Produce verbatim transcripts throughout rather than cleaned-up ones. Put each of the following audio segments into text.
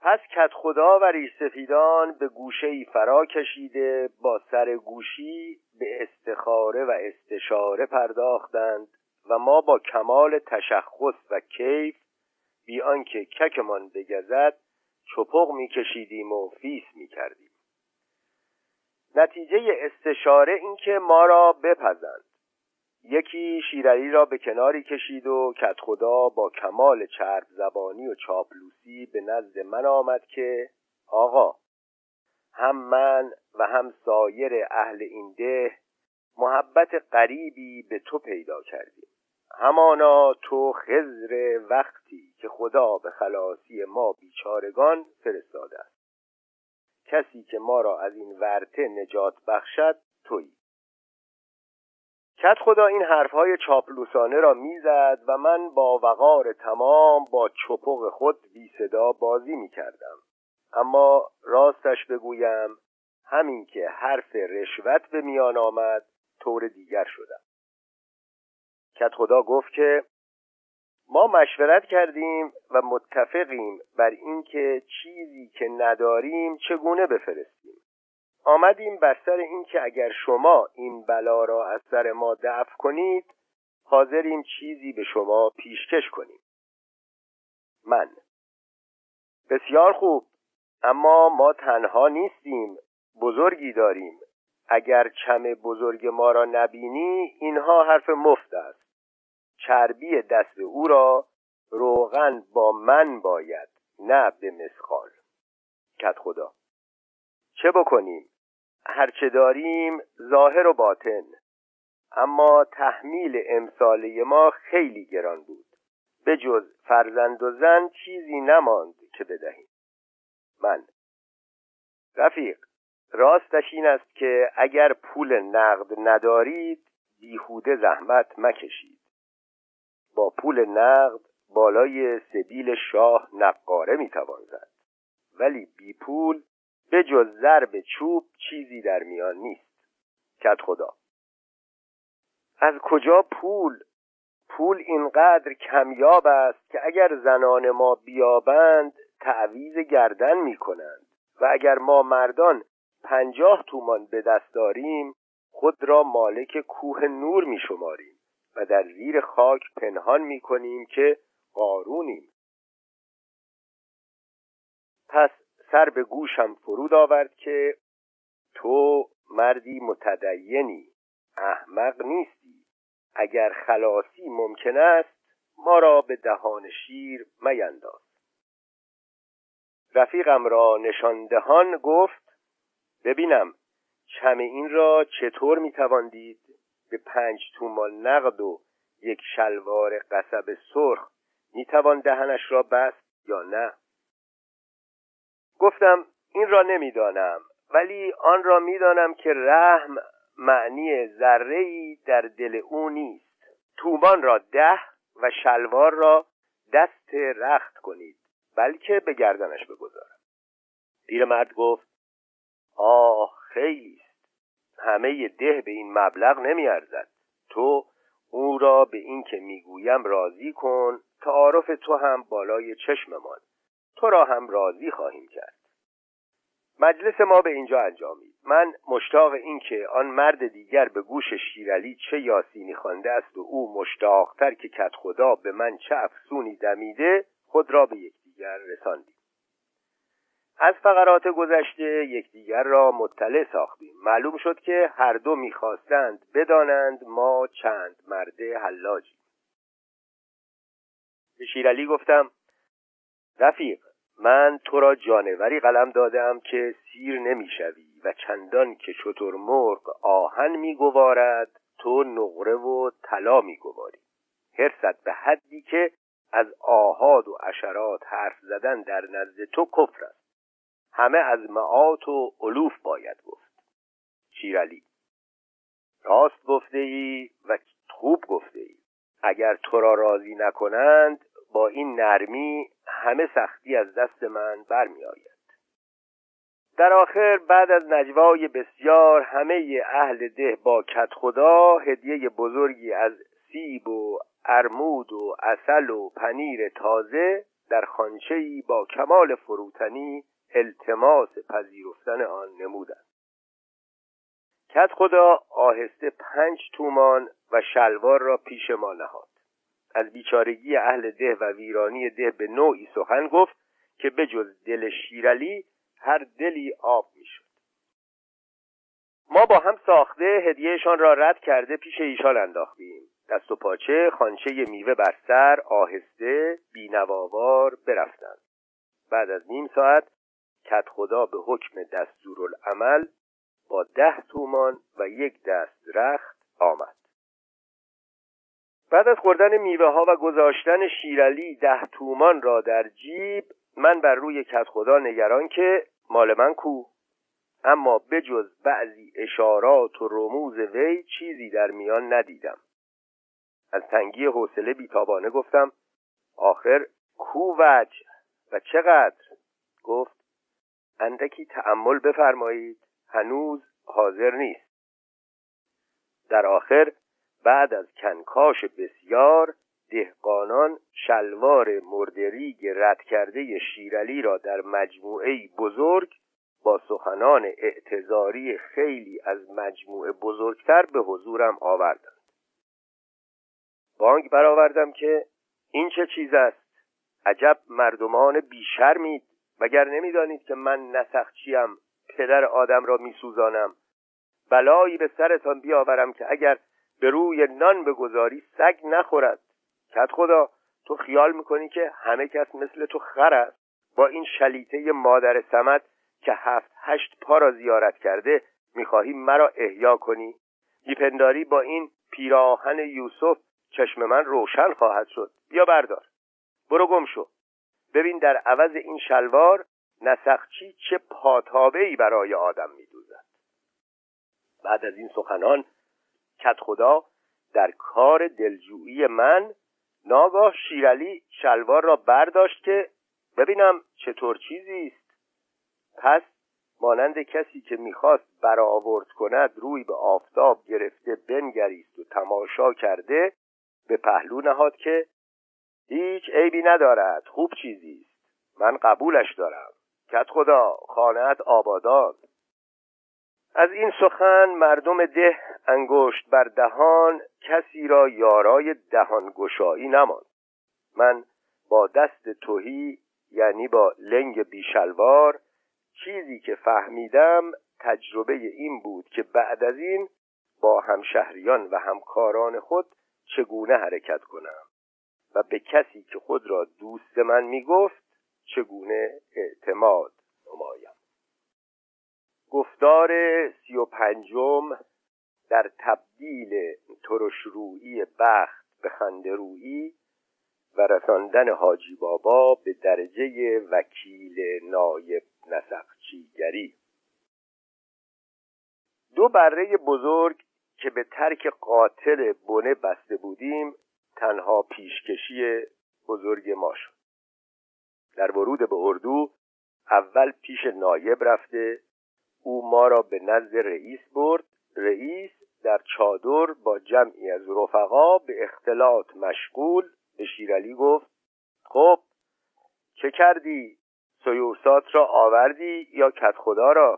پس کدخدا و ریش سفیدان به گوشه‌ای فرا کشیده با سرگوشی به استخاره و استشاره پرداختند و ما با کمال تشخص و کیف بی آنکه ککمان بگزد چپق می‌کشیدیم و فیس می‌کردیم. نتیجه استشاره این که ما را بپزند. یکی شیرعلی را به کناری کشید و کدخدا با کمال چرب زبانی و چاپلوسی به نزد من آمد که آقا، هم من و هم سایر اهل این ده محبت غریبی به تو پیدا کردیم. همانا تو خضر وقتی که خدا به خلاصی ما بیچارگان فرستاده است. کسی که ما را از این ورطه نجات بخشد تویی. کدخدا این حرفهای چاپلوسانه را میزد و من با وقار تمام با چپق خود بی صدا بازی میکردم. اما راستش بگویم همین که حرف رشوت به میان آمد طور دیگر شدم. کدخدا گفت که ما مشورت کردیم و متفقیم بر این که چیزی که نداریم چگونه بفرستیم. آمدیم بر سر این که اگر شما این بلا را از سر ما دفع کنید حاضریم چیزی به شما پیشکش کنیم. من: بسیار خوب، اما ما تنها نیستیم، بزرگی داریم. اگر چم بزرگ ما را نبینی اینها حرف مفت است. چربی دست او را روغن با من باید، نه به مسخال. کدخدا: چه بکنیم؟ هرچه داریم ظاهر و باطن، اما تحمیل امساله ما خیلی گران بود. به جز فرزند و زن چیزی نماند که بدهیم. من: رفیق، راستش این است که اگر پول نقد ندارید بیهوده زحمت مکشید. با پول نقد بالای سبیل شاه نقاره میتوان زد، ولی بی پول به جز ضرب چوب چیزی در میان نیست. کدخدا: از کجا پول؟ پول اینقدر کمیاب است که اگر زنان ما بیابند تعویض گردن میکنند و اگر ما مردان پنجاه تومان به دست داریم خود را مالک کوه نور میشماریم و در زیر خاک پنهان میکنیم که قارونیم. پس سر به گوشم فرود آورد که تو مردی متدینی، احمق نیستی. اگر خلاصی ممکن است ما را به دهان شیر مینداز. رفیقم را نشاندهان گفت ببینم چم این را چطور میتوان دید؟ به پنج تومان نقد و یک شلوار قصب سرخ میتوان دهنش را بست یا نه؟ گفتم این را نمیدانم، ولی آن را میدانم که رحم معنی ذره‌ای در دل او نیست. تومان را ده و شلوار را دست رخت کنید، بلکه به گردنش بگذارم. پیرمرد گفت آه خیلی است، همه ده به این مبلغ نمی ارزد. تو او را به این که میگویم راضی کن، تعارف تو هم بالای چشممان، تو را هم راضی خواهیم کرد. مجلس ما به اینجا انجامید. من مشتاق این که آن مرد دیگر به گوش شیرعلی چه یاسینی خوانده است و او مشتاقتر که کدخدا به من چه افسونی دمیده خود را به یکدیگر رساندیم. از فقرات گذشته یکدیگر را مطلع ساختیم. معلوم شد که هر دو می‌خواستند بدانند ما چند مرده حلاجیم. به شیرعلی گفتم رفیق، من تو را جانوری قلم دادم که سیر نمیشوی و چندان که شترمرغ آهن میگوارد تو نقره و طلا میگواری. حرصت به حدی که از آحاد و عشرات حرف زدن در نزد تو کفر است. همه از مئات و الوف باید گفت. شیرعلی راست گفته ای و خوب گفته ای. اگر تو را راضی نکنند با این نرمی همه سختی از دست من برمی آید. در آخر بعد از نجوای بسیار همه اهل ده با کدخدا هدیه بزرگی از سیب و ارمود و عسل و پنیر تازه در خوانچه‌ای با کمال فروتنی التماس پذیرفتن آن نمودند. کدخدا آهسته پنج تومان و شلوار را پیش ما نهاد. از بیچارگی اهل ده و ویرانی ده به نوعی سخن گفت که بجز دل شیرعلی هر دلی آب میشد. ما با هم ساخته هدیهشان را رد کرده پیش ایشان انداختیم. دست و پاچه خوانچه میوه بر سر آهسته بینواوار برفتند. بعد از نیم ساعت کدخدا به حکم دستورالعمل با ده تومان و یک دست رخت آمد. بعد از خوردن میوه ها و گذاشتن شیرعلی ده تومان را در جیب، من بر روی کدخدا نگران که مال من کو؟ اما بجز بعضی اشارات و رموز وی چیزی در میان ندیدم. از تنگی حوصله بیتابانه گفتم آخر کو وجه و چقدر؟ گفت اندکی تأمل بفرمایید، هنوز حاضر نیست. در آخر بعد از کنکاش بسیار دهقانان شلوار مردریگ رد کرده شیرعلی را در مجموعه بزرگ با سخنان اعتذاری خیلی از مجموعه بزرگتر به حضورم آوردند. بانگ برآوردم که این چه چیز است؟ عجب مردمان بیشرمید، مگر نمی‌دانید که من نسخچیم، پدر آدم را می‌سوزانم. بلایی به سرتان بیاورم که اگر به روی نان بگذاری سگ نخورد. کدخدا تو خیال میکنی که همه کس مثل تو خر است؟ با این شلیته مادر صمد که هفت هشت پا را زیارت کرده میخواهی مرا احیا کنی؟ میپنداری با این پیراهن یوسف چشم من روشن خواهد شد. بیا بردار، برو گم شو. ببین در عوض این شلوار نسخچی چه پاتابه‌ای برای آدم میدوزد. بعد از این سخنان کدخدا در کار دلجویی من ناگاه شیرعلی شلوار را برداشت که ببینم چطور چیزی است. پس مانند کسی که میخواست برآورد کند روی به آفتاب گرفته بنگریست و تماشا کرده به پهلو نهاد که هیچ عیبی ندارد، خوب چیزی است، من قبولش دارم. کدخدا خانه‌ات آبادان. از این سخن مردم ده انگشت بر دهان، کسی را یارای دهان گشایی نماند. من با دست تهی، یعنی با لنگ بیشلوار، چیزی که فهمیدم تجربه این بود که بعد از این با همشهریان و همکاران خود چگونه حرکت کنم و به کسی که خود را دوست من میگفت چگونه اعتماد نمایم. گفتار سی و پنجم در تبدیل ترشرویی بخت به خنده‌رویی و رساندن حاجی بابا به درجه وکیل نایب نسخچیگری. دو بره بزرگ که به ترک قاتل بنه بسته بودیم تنها پیشکشی بزرگ ما شد. در ورود به اردو اول پیش نایب رفته، او ما را به نزد رئیس برد. رئیس در چادر با جمعی از رفقا به اختلاط مشغول به شیرعلی گفت خب چه کردی؟ سیورسات را آوردی یا کدخدا را؟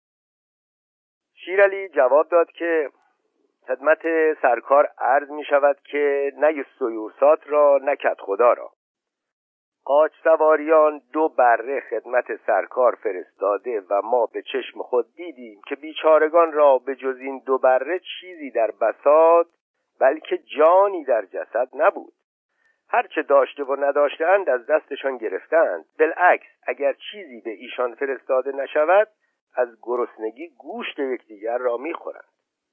شیرعلی جواب داد که خدمت سرکار عرض می شود که نه سیورسات را نه کدخدا را. قاچ سواریان دو بره خدمت سرکار فرستاده و ما به چشم خود دیدیم که بیچارگان را به جز این دو بره چیزی در بساط بلکه جانی در جسد نبود. هرچه داشته و نداشتند از دستشان گرفتند. بالعکس اگر چیزی به ایشان فرستاده نشود از گرسنگی گوشت یکدیگر را می‌خورند.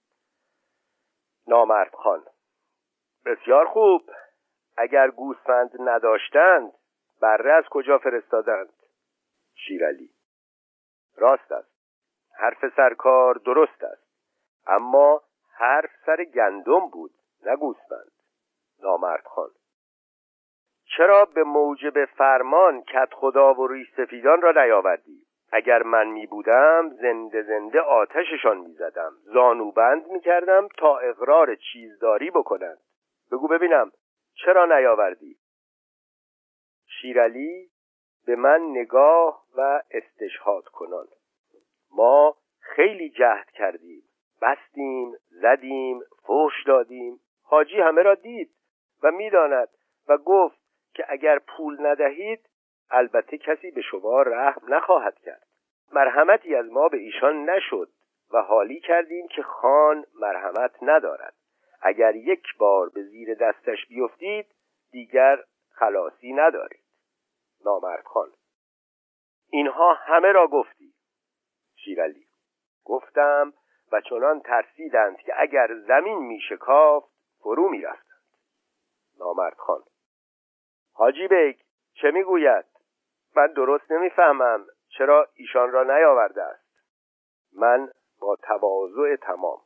نامرد خان: بسیار خوب، اگر گوسفند نداشتند بره از کجا فرستادند؟ شیرعلی: راست است، حرف سرکار درست است، اما حرف سر گندم بود نه گوسفند. نامرد خان: چرا به موجب فرمان کدخدا و ریش سفیدان را نیاوردی؟ اگر من می بودم زنده زنده آتششان می زدم، زانوبند می کردم تا اقرار چیزداری بکنند. بگو ببینم چرا نیاوردی؟ شیرعلی به من نگاه و استشهاد کنان: ما خیلی جهد کردیم، بستیم، زدیم، فحش دادیم. حاجی همه را دید و می‌داند و گفت که اگر پول ندهید البته کسی به شما رحم نخواهد کرد. مرحمتی از ما به ایشان نشد و حالی کردیم که خان مرحمت ندارد. اگر یک بار به زیر دستش بیفتید دیگر خلاصی ندارید. نامرد خان: اینها همه را گفتی؟ شیرعلی: گفتم و چنان ترسیدند که اگر زمین می شکافت فرو می رفتند. نامرد خان: حاجی بیگ چه می گوید؟ من درست نمی فهمم چرا ایشان را نیاورده است. من با تواضع تمام: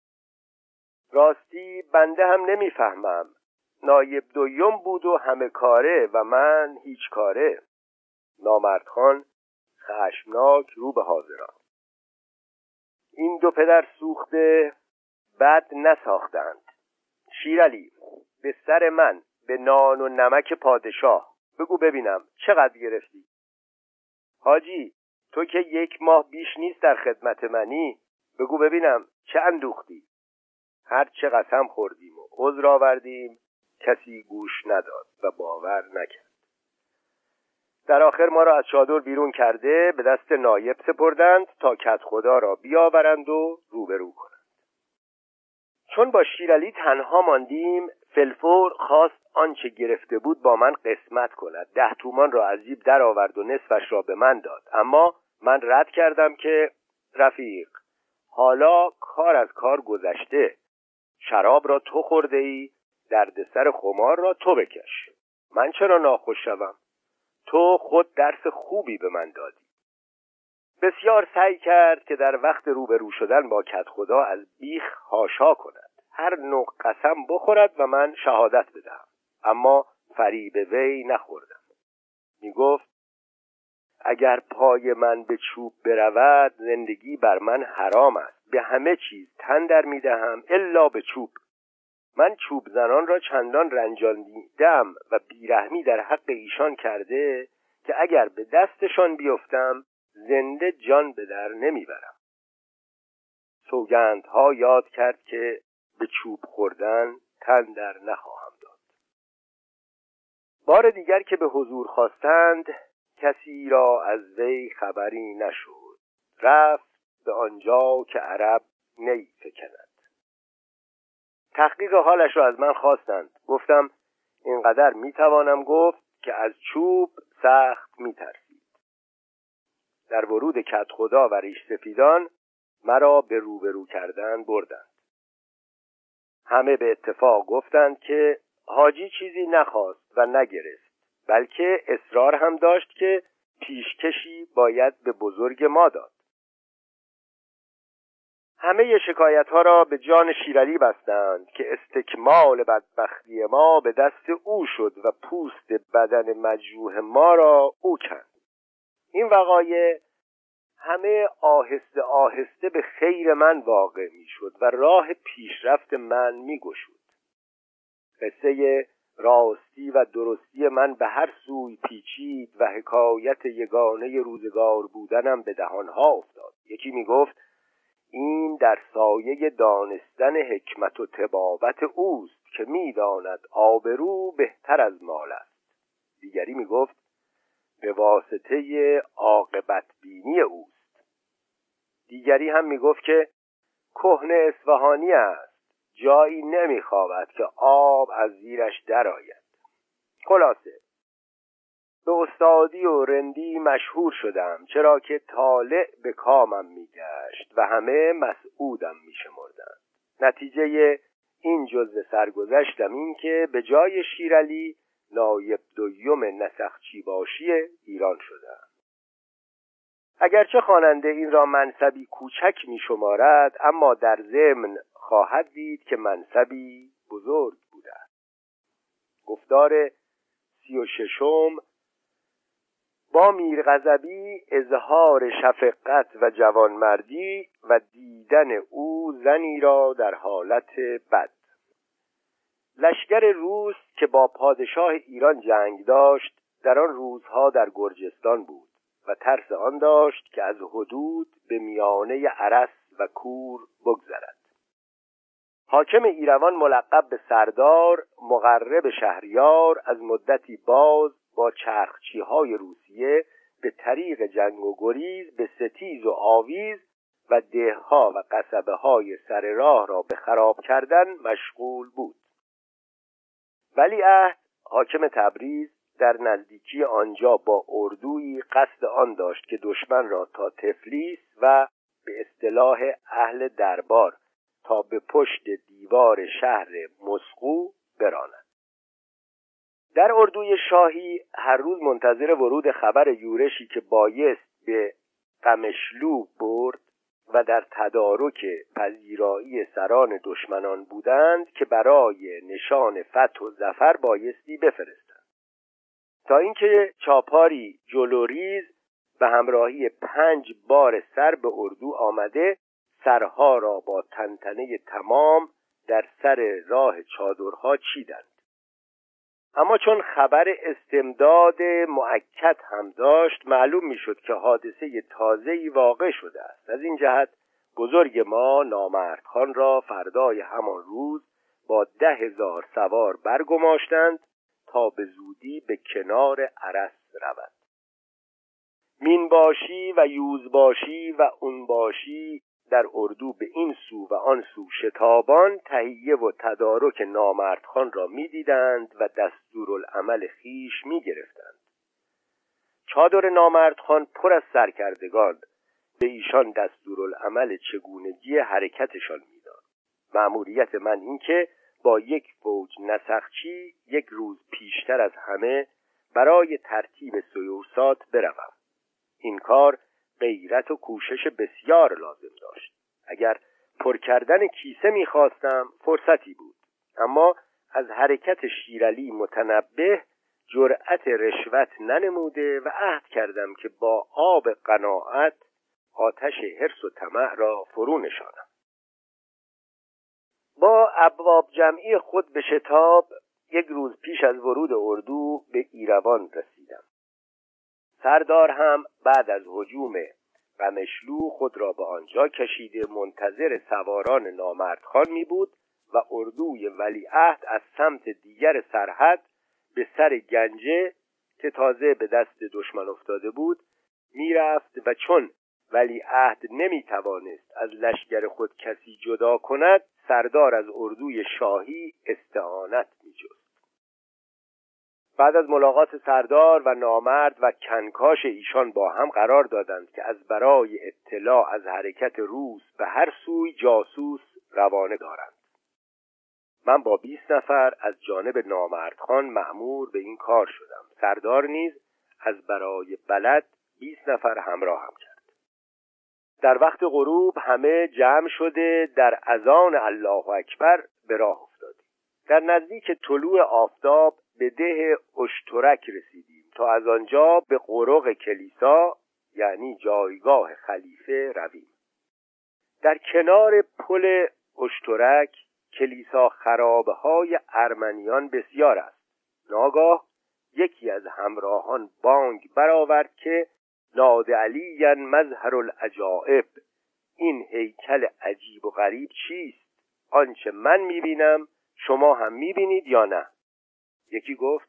راستی بنده هم نمی فهمم. نایب دویم بود و همه کاره و من هیچ کاره. نامرد خان خشمناک رو به حاضران: این دو پدر سوخته بد نساختند. شیرعلی به سر من به نان و نمک پادشاه بگو ببینم چقدر گرفتی؟ حاجی تو که یک ماه بیش نیست در خدمت منی، بگو ببینم چه اندوختی؟ هر چه قسم خوردیم و عذر آوردیم کسی گوش نداد و باور نکرد. در آخر ما را از چادر بیرون کرده به دست نایب سپردند تا کدخدا را بیاورند و روبرو کنند. چون با شیرعلی تنها ماندیم فلفور خواست آنچه گرفته بود با من قسمت کند. ده تومان را از جیب در آورد و نصفش را به من داد، اما من رد کردم که رفیق حالا کار از کار گذشته. شراب را تو خورده ای، دردسر خمار را تو بکش. من چرا ناخوش شوم؟ تو خود درس خوبی به من دادی. بسیار سعی کرد که در وقت روبرو شدن با کدخدا از بیخ حاشا کند، هر نوع قسم بخورد و من شهادت بدهم، اما فریب وی نخوردم. می گفت اگر پای من به چوب برود زندگی بر من حرام است. به همه چیز تن در می دهم الا به چوب. من چوب زنان را چندان رنجاندم و بیرحمی در حق ایشان کرده که اگر به دستشان بیفتم زنده جان به در نمیبرم. سوگندها یاد کرد که به چوب خوردن تن در نخواهم داد. بار دیگر که به حضور خواستند کسی را از وی خبری نشد. رفت به آنجا که عرب نی فکند. تحقیق حالش را از من خواستند. گفتم اینقدر میتوانم گفت که از چوب سخت میترسید. در ورود کدخدا و ریش سفیدان مرا به روبرو کردن بردند. همه به اتفاق گفتند که حاجی چیزی نخواست و نگرفت، بلکه اصرار هم داشت که پیشکشی باید به بزرگ ما داد. همه شکایت ها را به جان شیرعلی بستند که استکمال بدبختی ما به دست او شد و پوست بدن مجروح ما را او کند. این وقایع همه آهسته آهسته به خیر من واقع می شد و راه پیشرفت من می گشود. قصه راستی و درستی من به هر سوی پیچید و حکایت یگانه روزگار بودنم به دهانها افتاد. یکی می گفت این در سایه دانستن حکمت و طبابت اوست که می داند آبرو بهتر از مال است. دیگری می گفت به واسطه عاقبت بینی اوست. دیگری هم می گفت که کهنه اصفهانی است، جایی نمی خوابد که آب از زیرش درآید. خلاصه به استادی و رندی مشهور شدم، چرا که طالع به کامم می گشت و همه مسعودم می شمردند. نتیجه این جزء سرگذشتم این که به جای شیرعلی نایب دویم نسخچی باشی ایران شدم. اگرچه خواننده این را منصبی کوچک می شمارد، اما در ضمن خواهد دید که منصبی بزرگ بوده. گفتار سی و ششم: با میرغضبی اظهار شفقت و جوانمردی و دیدن او زنی را در حالت بد. لشکر روس که با پادشاه ایران جنگ داشت در آن روزها در گرجستان بود و ترس آن داشت که از حدود به میانه ارس و کور بگذرد. حاکم ایروان ملقب به سردار، مقرب شهریار، از مدتی باز با چرخچیهای روسیه به طریق جنگ و گریز به ستیز و آویز و دهها و قصبه های سر راه را به خراب کردن مشغول بود. ولیعهد حاکم تبریز در نزدیکی آنجا با اردویی قصد آن داشت که دشمن را تا تفلیس و به اصطلاح اهل دربار تا به پشت دیوار شهر مسقو براند. در اردوی شاهی هر روز منتظر ورود خبر یورشی که بایست به قمشلو برد و در تدارک پذیرایی سران دشمنان بودند که برای نشان فتح و ظفر بایستی بفرستند، تا اینکه چاپاری جلوریز به همراهی پنج بار سر به اردو آمده سرها را با تنتنه تمام در سر راه چادرها چیدند. اما چون خبر استمداد مؤکد هم داشت، معلوم میشد که حادثه تازه‌ای واقع شده است. از این جهت بزرگ ما نامردخان را فردای همان روز با ده هزار سوار برگماشتند تا به زودی به کنار ارس رود. مینباشی و یوزباشی و اونباشی در اردو به این سو و آن سو شتابان تهیه و تدارک نامردخان را می‌دیدند و دستورالعمل خیش می‌گرفتند. چادر نامردخان پر از سرکردگان به ایشان دستورالعمل چگونگی حرکتشان می‌داد. مأموریت من این که با یک فوج نسخچی یک روز پیشتر از همه برای ترتیب سیوسات بروم. این کار غیرت و کوشش بسیار لازم داشت. اگر پر کردن کیسه می‌خواستم فرصتی بود، اما از حرکت شیرعلی متنبه جرأت رشوت ننموده و عهد کردم که با آب قناعت آتش حرص و طمع را فرو نشانم. با ابواب جمعی خود به شتاب یک روز پیش از ورود اردو به ایروان رسیدم. سردار هم بعد از هجوم قمشلو خود را به آنجا کشیده منتظر سواران نامردخان می بود و اردوی ولیعهد از سمت دیگر سرحد به سر گنجه که تازه به دست دشمن افتاده بود می رفت و چون ولیعهد نمی توانست از لشکر خود کسی جدا کند، سردار از اردوی شاهی استعانت می جست. بعد از ملاقات سردار و نامرد و کنکاش ایشان با هم قرار دادند که از برای اطلاع از حرکت روس به هر سوی جاسوس روانه دارند. من با بیست نفر از جانب نامردخان مأمور به این کار شدم. سردار نیز از برای بلد بیست نفر همراه هم کرد. در وقت غروب همه جمع شده در اذان الله اکبر به راه افتادیم. در نزدیک طلوع آفتاب به ده اشترک رسیدیم تا از آنجا به قرق کلیسا یعنی جایگاه خلیفه رویم. در کنار پل اشترک کلیسا خرابه‌های ارمنیان بسیار است. ناگاه یکی از همراهان بانگ برآورد که نادی علی مظهر العجائب، این هیکل عجیب و غریب چیست؟ آنچه من می‌بینم شما هم می‌بینید یا نه؟ یکی گفت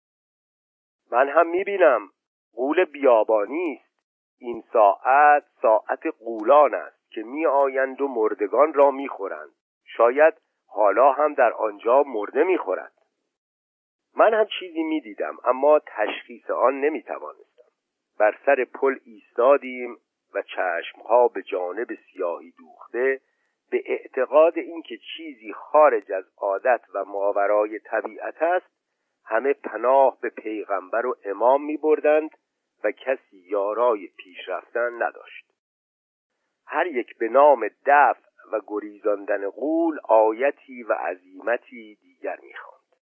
من هم می‌بینم، غول بیابانی است. این ساعت ساعت غولان است که می‌آیند و مردگان را می‌خورند. شاید حالا هم در آنجا مرده می‌خورند. من هم چیزی می‌دیدم اما تشخیص آن نمی‌توانستم. بر سر پل ایستادیم و چشمها به جانب سیاهی دوخته به اعتقاد اینکه چیزی خارج از عادت و ماورای طبیعت است همه پناه به پیغمبر و امام می بردند و کسی یارای پیش رفتن نداشت. هر یک به نام دفع و گریزاندن غول آیتی و عظیمتی دیگر می خواند.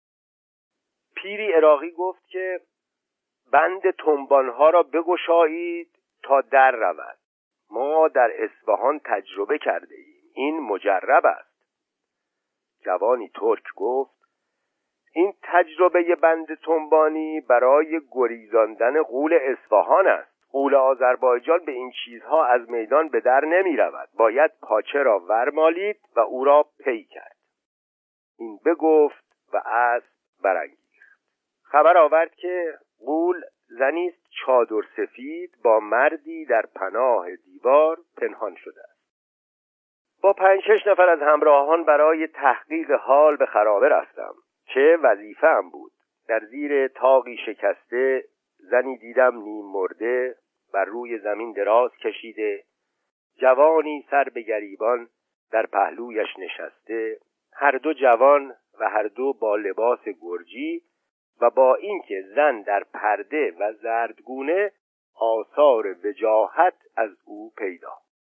پیری عراقی گفت که بند تنبانها را بگشایید تا در رود. ما در اصفهان تجربه کرده ایم. این مجرب است. جوانی ترک گفت این تجربه بند تنبانی برای گریزاندن غول اصفهان است. غول آذربایجان به این چیزها از میدان به در نمی رود. باید پاچه را ورمالید و او را پی کرد. این بگفت و اسب برانگیخت. خبر آورد که غول زنی است چادر سفید با مردی در پناه دیوار پنهان شده است. با پنج شش نفر از همراهان برای تحقیق حال به خرابه رفتم. چه وظیفه ام بود. در زیر طاقی شکسته زنی دیدم نیم مرده بر روی زمین دراز کشیده، جوانی سر به گریبان در پهلویش نشسته، هر دو جوان و هر دو با لباس گرجی و با اینکه زن در پرده و زردگونه آثار وجاهت از او پیدا.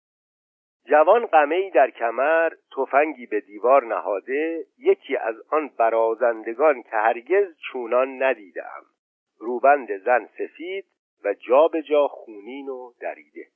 جوان قمه‌ای در کمر، تفنگی به دیوار نهاده، یکی از آن برازندگان که هرگز چونان ندیدم. روبند زن سفید و جا به جا خونین و دریده.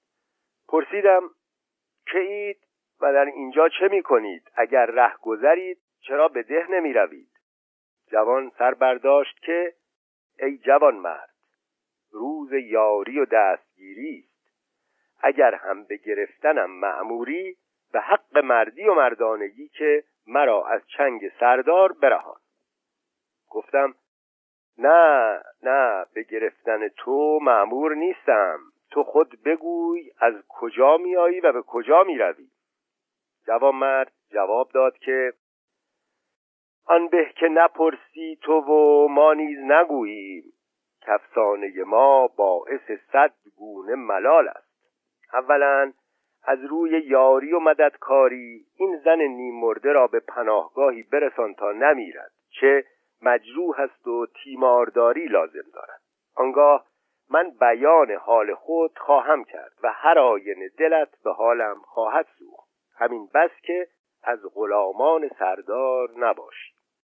پرسیدم که اید و در اینجا چه می کنید؟ اگر ره گذرید چرا به ده نمی روید؟ جوان سر برداشت که ای جوان مرد، روز یاری و دستگیری است. اگر هم به گرفتنم مأموری، به حق مردی و مردانگی که مرا از چنگ سردار برهان. گفتم نه نه، به گرفتن تو مأمور نیستم. تو خود بگوی از کجا می آیی و به کجا می روی؟ جوان مرد جواب داد که آن به که نپرسی تو و ما نیز نگوییم. کفسانه ما باعث صد گونه ملال است. اولا از روی یاری و مددکاری این زن نیم مرده را به پناهگاهی برسان تا نمیرد، چه مجروح است و تیمارداری لازم دارد. آنگاه من بیان حال خود خواهم کرد و هر آینه دلت به حالم خواهد سوخت. همین بس که از غلامان سردار نباشی.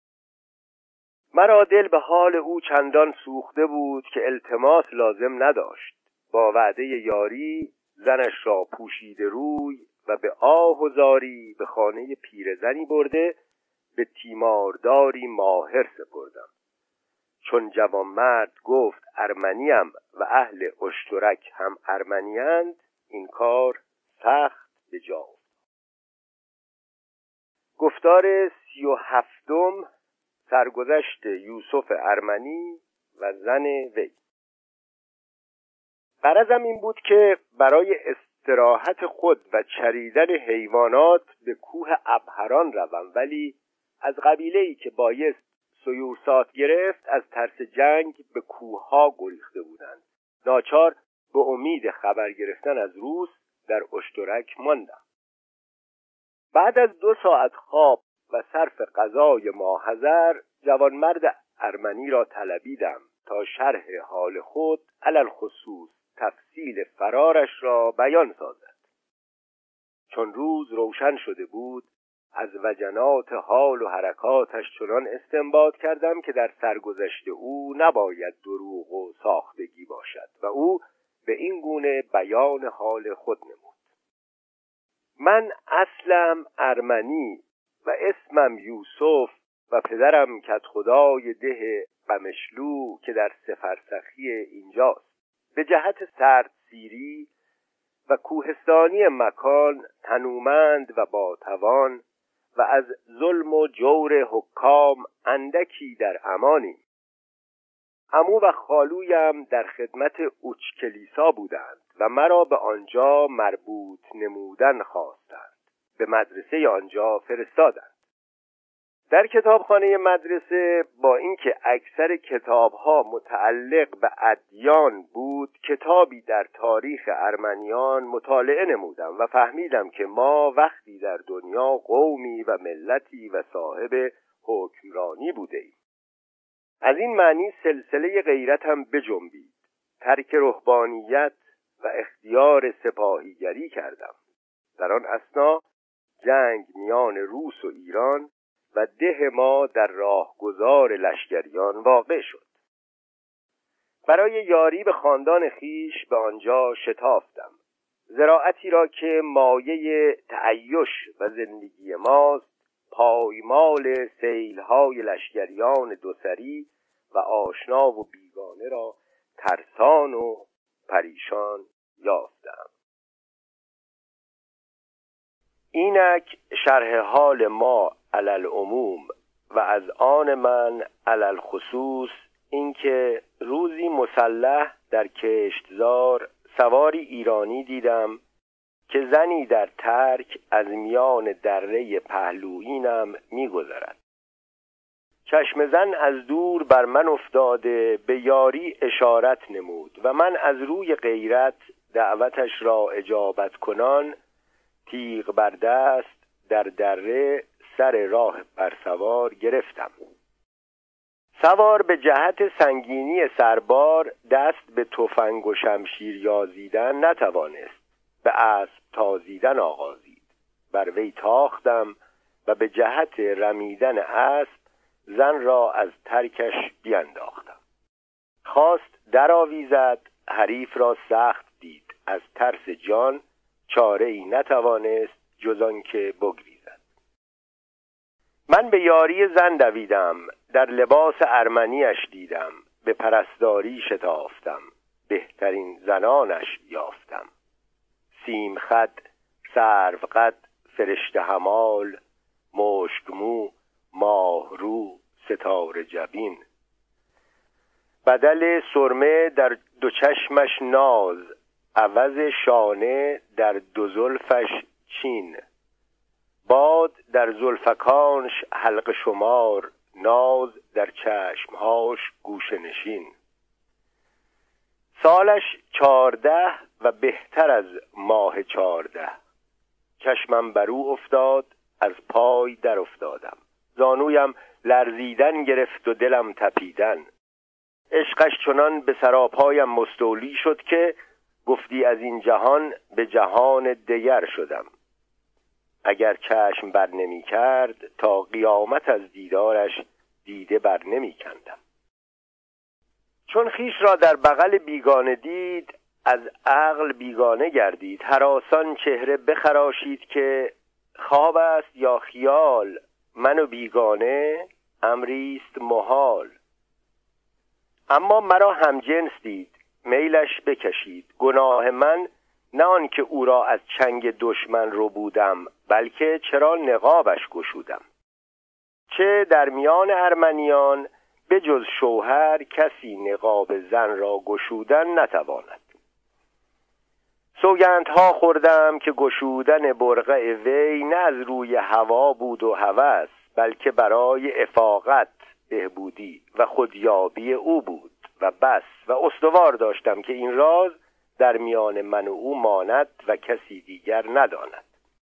مرا دل به حال او چندان سوخته بود که التماس لازم نداشت. با وعده یاری زنش را پوشیده روی و به آه و زاری به خانه پیرزنی برده به تیمارداری ماهر سپردم. چون جوان مرد گفت ارمنیم و اهل اشترک هم ارمنیند، این کار سخت به جا افتاد. گفتار سی و هفتم، سرگذشت یوسف ارمنی و زن وی. غرضم این بود که برای استراحت خود و چریدن حیوانات به کوه ابهران روم، ولی از قبیله‌ای که بایست سیورسات گرفت از ترس جنگ به کوه‌ها گریخته بودند. ناچار به امید خبر گرفتن از روس در اشترک ماندم. بعد از دو ساعت خواب و صرف غذای ماحضر جوانمرد ارمنی را طلبیدم تا شرح حال خود علل خصوص تفصیل فرارش را بیان سازد. چون روز روشن شده بود از وجنات حال و حرکاتش چنان استنباط کردم که در سرگذشت او نباید دروغ و ساختگی باشد و او به این گونه بیان حال خود نمود. من اصلم ارمنی و اسمم یوسف و پدرم کدخدای ده قمشلو که در سفرسخی اینجاست. به جهت سرد سیری و کوهستانی مکان تنومند و با توان و از ظلم و جور حکام اندکی در امانی. عمو و خالویم در خدمت اوچ کلیسا بودند و مرا به آنجا مربوط نمودن خواستند. به مدرسه آنجا فرستادند. در کتابخانه مدرسه با اینکه اکثر کتابها متعلق به ادیان بود، کتابی در تاریخ ارمنیان مطالعه نمودم و فهمیدم که ما وقتی در دنیا قومی و ملتی و صاحب حکمرانی بوده ایم. از این معنی سلسله غیرتم بجنبید. ترک رهبانیت و اختیار سپاهیگری کردم. در آن اثنا جنگ میان روس و ایران و ده ما در راهگذار لشکریان واقع شد. برای یاری به خاندان خیش به آنجا شتافتم. زراعتی را که مایه تعیش و زندگی ماست پایمال سیل‌های لشکریان دوسری و آشنا و بیگانه را ترسان و پریشان یافتم. اینک شرح حال ما علی العموم و از آن من علی الخصوص، اینکه روزی مسلح در کشتزار سواری ایرانی دیدم که زنی در ترک از میان دره پهلویینم می‌گذرد. چشم زن از دور بر من افتاده به یاری اشارت نمود و من از روی غیرت دعوتش را اجابت کنان تیغ بر دست در دره سر راه بر سوار گرفتم. سوار به جهت سنگینی سربار دست به تفنگ و شمشیر یازیدن نتوانست، به اسب تازیدن آغازید. بر وی تاختم و به جهت رمیدن اسب زن را از ترکش بینداختم. خواست در آویزد، حریف را سخت دید، از ترس جان چاره ای نتوانست جز آن که بگریزد. من به یاری زن دویدم، در لباس ارمنیش دیدم، به پرستاری شتافتم، بهترین زنانش یافتم. سیم خد، سرو قد، فرشته همال، مشک مو، ماه رو، ستاره جبین. بدل سرمه در دو چشمش ناز، عوض شانه در دو زلفش چین. باد در زلفکانش حلقه شمار، ناز در چشمهاش گوشه نشین. سالش چارده و بهتر از ماه چارده. چشمم بر او افتاد، از پای در افتادم. زانویم لرزیدن گرفت و دلم تپیدن. عشقش چنان به سراپایم مستولی شد که گفتی از این جهان به جهان دیگر شدم. اگر چشم بر نمی کرد تا قیامت از دیدارش دیده بر نمی کندم. چون خیش را در بغل بیگانه دید از عقل بیگانه گردید. هراسان چهره بخراشید که خواب است یا خیال، من و بیگانه امریست محال. اما مرا همجنس دید، میلش بکشید. گناه من نه آن که او را از چنگ دشمن رو بودم، بلکه چرا نقابش گشودم. چه در میان ارمنیان به جز شوهر کسی نقاب زن را گشودن نتواند. سوگندها خوردم که گشودن برقع وی نه از روی هوا بود و هوس، بلکه برای افاقت، بهبودی و خودیابی او بود و بس. و استوار داشتم که این راز در میان من و او ماند و کسی دیگر نداند.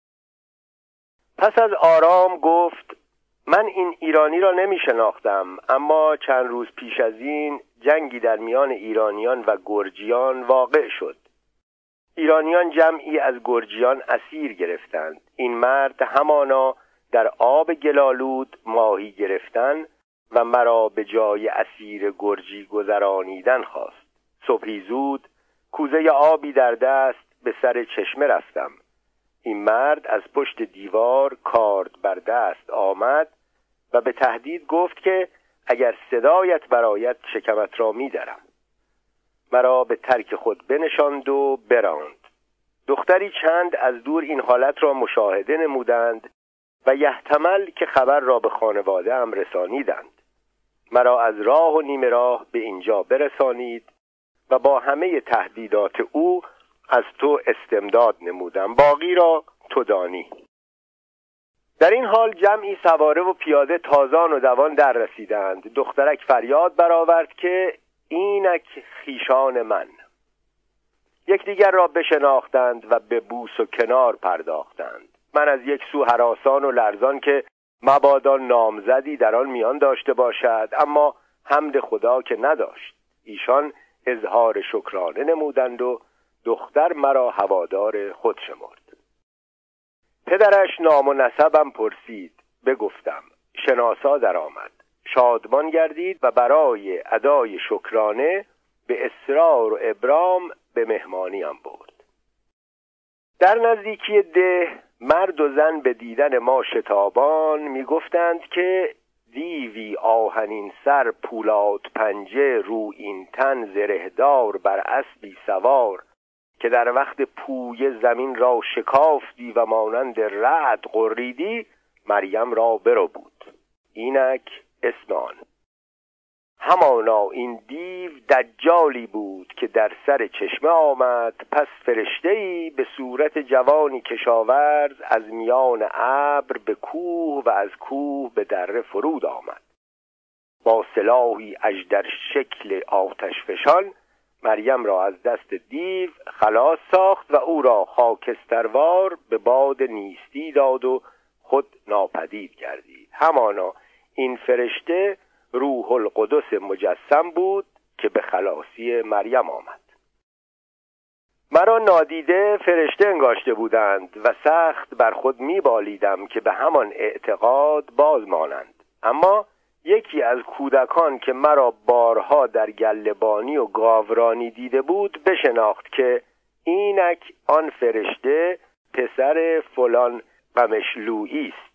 پس از آرام گفت: من این ایرانی را نمی شناختم، اما چند روز پیش از این جنگی در میان ایرانیان و گرجیان واقع شد. ایرانیان جمعی از گرجیان اسیر گرفتند. این مرد همانا در آب گلالود ماهی گرفتن و مرا به جای اسیر گرجی گذرانیدن خواست. صبحی زود کوزه آبی در دست به سر چشمه رفتم. این مرد از پشت دیوار کارد بر دست آمد و به تهدید گفت که اگر صدایت برآید شکمت را می‌درم. مرا به ترک خود بنشاند و براند. دختری چند از دور این حالت را مشاهده نمودند و یحتمل که خبر را به خانواده ام رسانیدند. مرا از راه و نیمه راه به اینجا برسانید و با همه تهدیدات او از تو استمداد نمودم، باقی را تو دانی. در این حال جمعی سواره و پیاده تازان و دوان در رسیدند. دخترک فریاد برآورد که اینک خیشان من. یکدیگر را بشناختند و به بوس و کنار پرداختند. من از یک سو هراسان و لرزان که مبادا نامزدی در آن میان داشته باشد، اما حمد خدا که نداشت. ایشان اظهار شکرانه نمودند و دختر مرا هوادار خود شمرد. پدرش نام و نسبم پرسید، بگفتم. شناسا در آمد، شادمان گردید و برای ادای شکرانه به اصرار و ابرام به مهمانیم برد. در نزدیکی ده مرد و زن به دیدن ما شتابان میگفتند که دیوی آهنین سر پولاد پنجه رو این تن زرهدار بر اسبی سوار که در وقت پویه زمین را شکافتی و مانند رعد غریدی مریم را برو بود. اینک اسم آن. همانا این دیو دجالی بود که در سر چشمه آمد. پس فرشته‌ای به صورت جوانی کشاورز از میان ابر به کوه و از کوه به دره فرود آمد. با سلاحی اژدر شکل آتش فشان مریم را از دست دیو خلاص ساخت و او را خاکستروار به باد نیستی داد و خود ناپدید گردید. همانا این فرشته روح القدس مجسم بود که به خلاصی مریم آمد. مرا نادیده فرشته انگاشته بودند و سخت بر خود میبالیدم که به همان اعتقاد باز مانند. اما یکی از کودکان که مرا بارها در گله‌بانی و گاورانی دیده بود بشناخت که اینک آن فرشته پسر فلان قمشلویی است.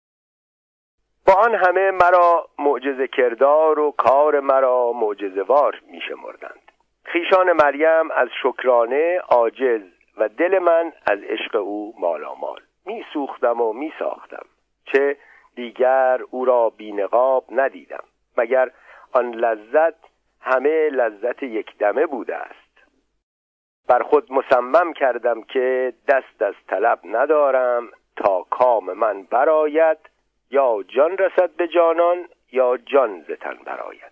با آن همه مرا معجزه کردار و کار مرا معجزه‌وار می‌شمردند. خیشان مریم از شکرانه عاجز و دل من از عشق او مالامال. می‌سوختم و می‌ساختم، چه دیگر او را بی‌نقاب ندیدم، مگر آن لذت همه لذت یک دمه بوده است. بر خود مصمم کردم که دست از طلب ندارم تا کام من برآید، یا جان رسد به جانان یا جان ز تن برآید.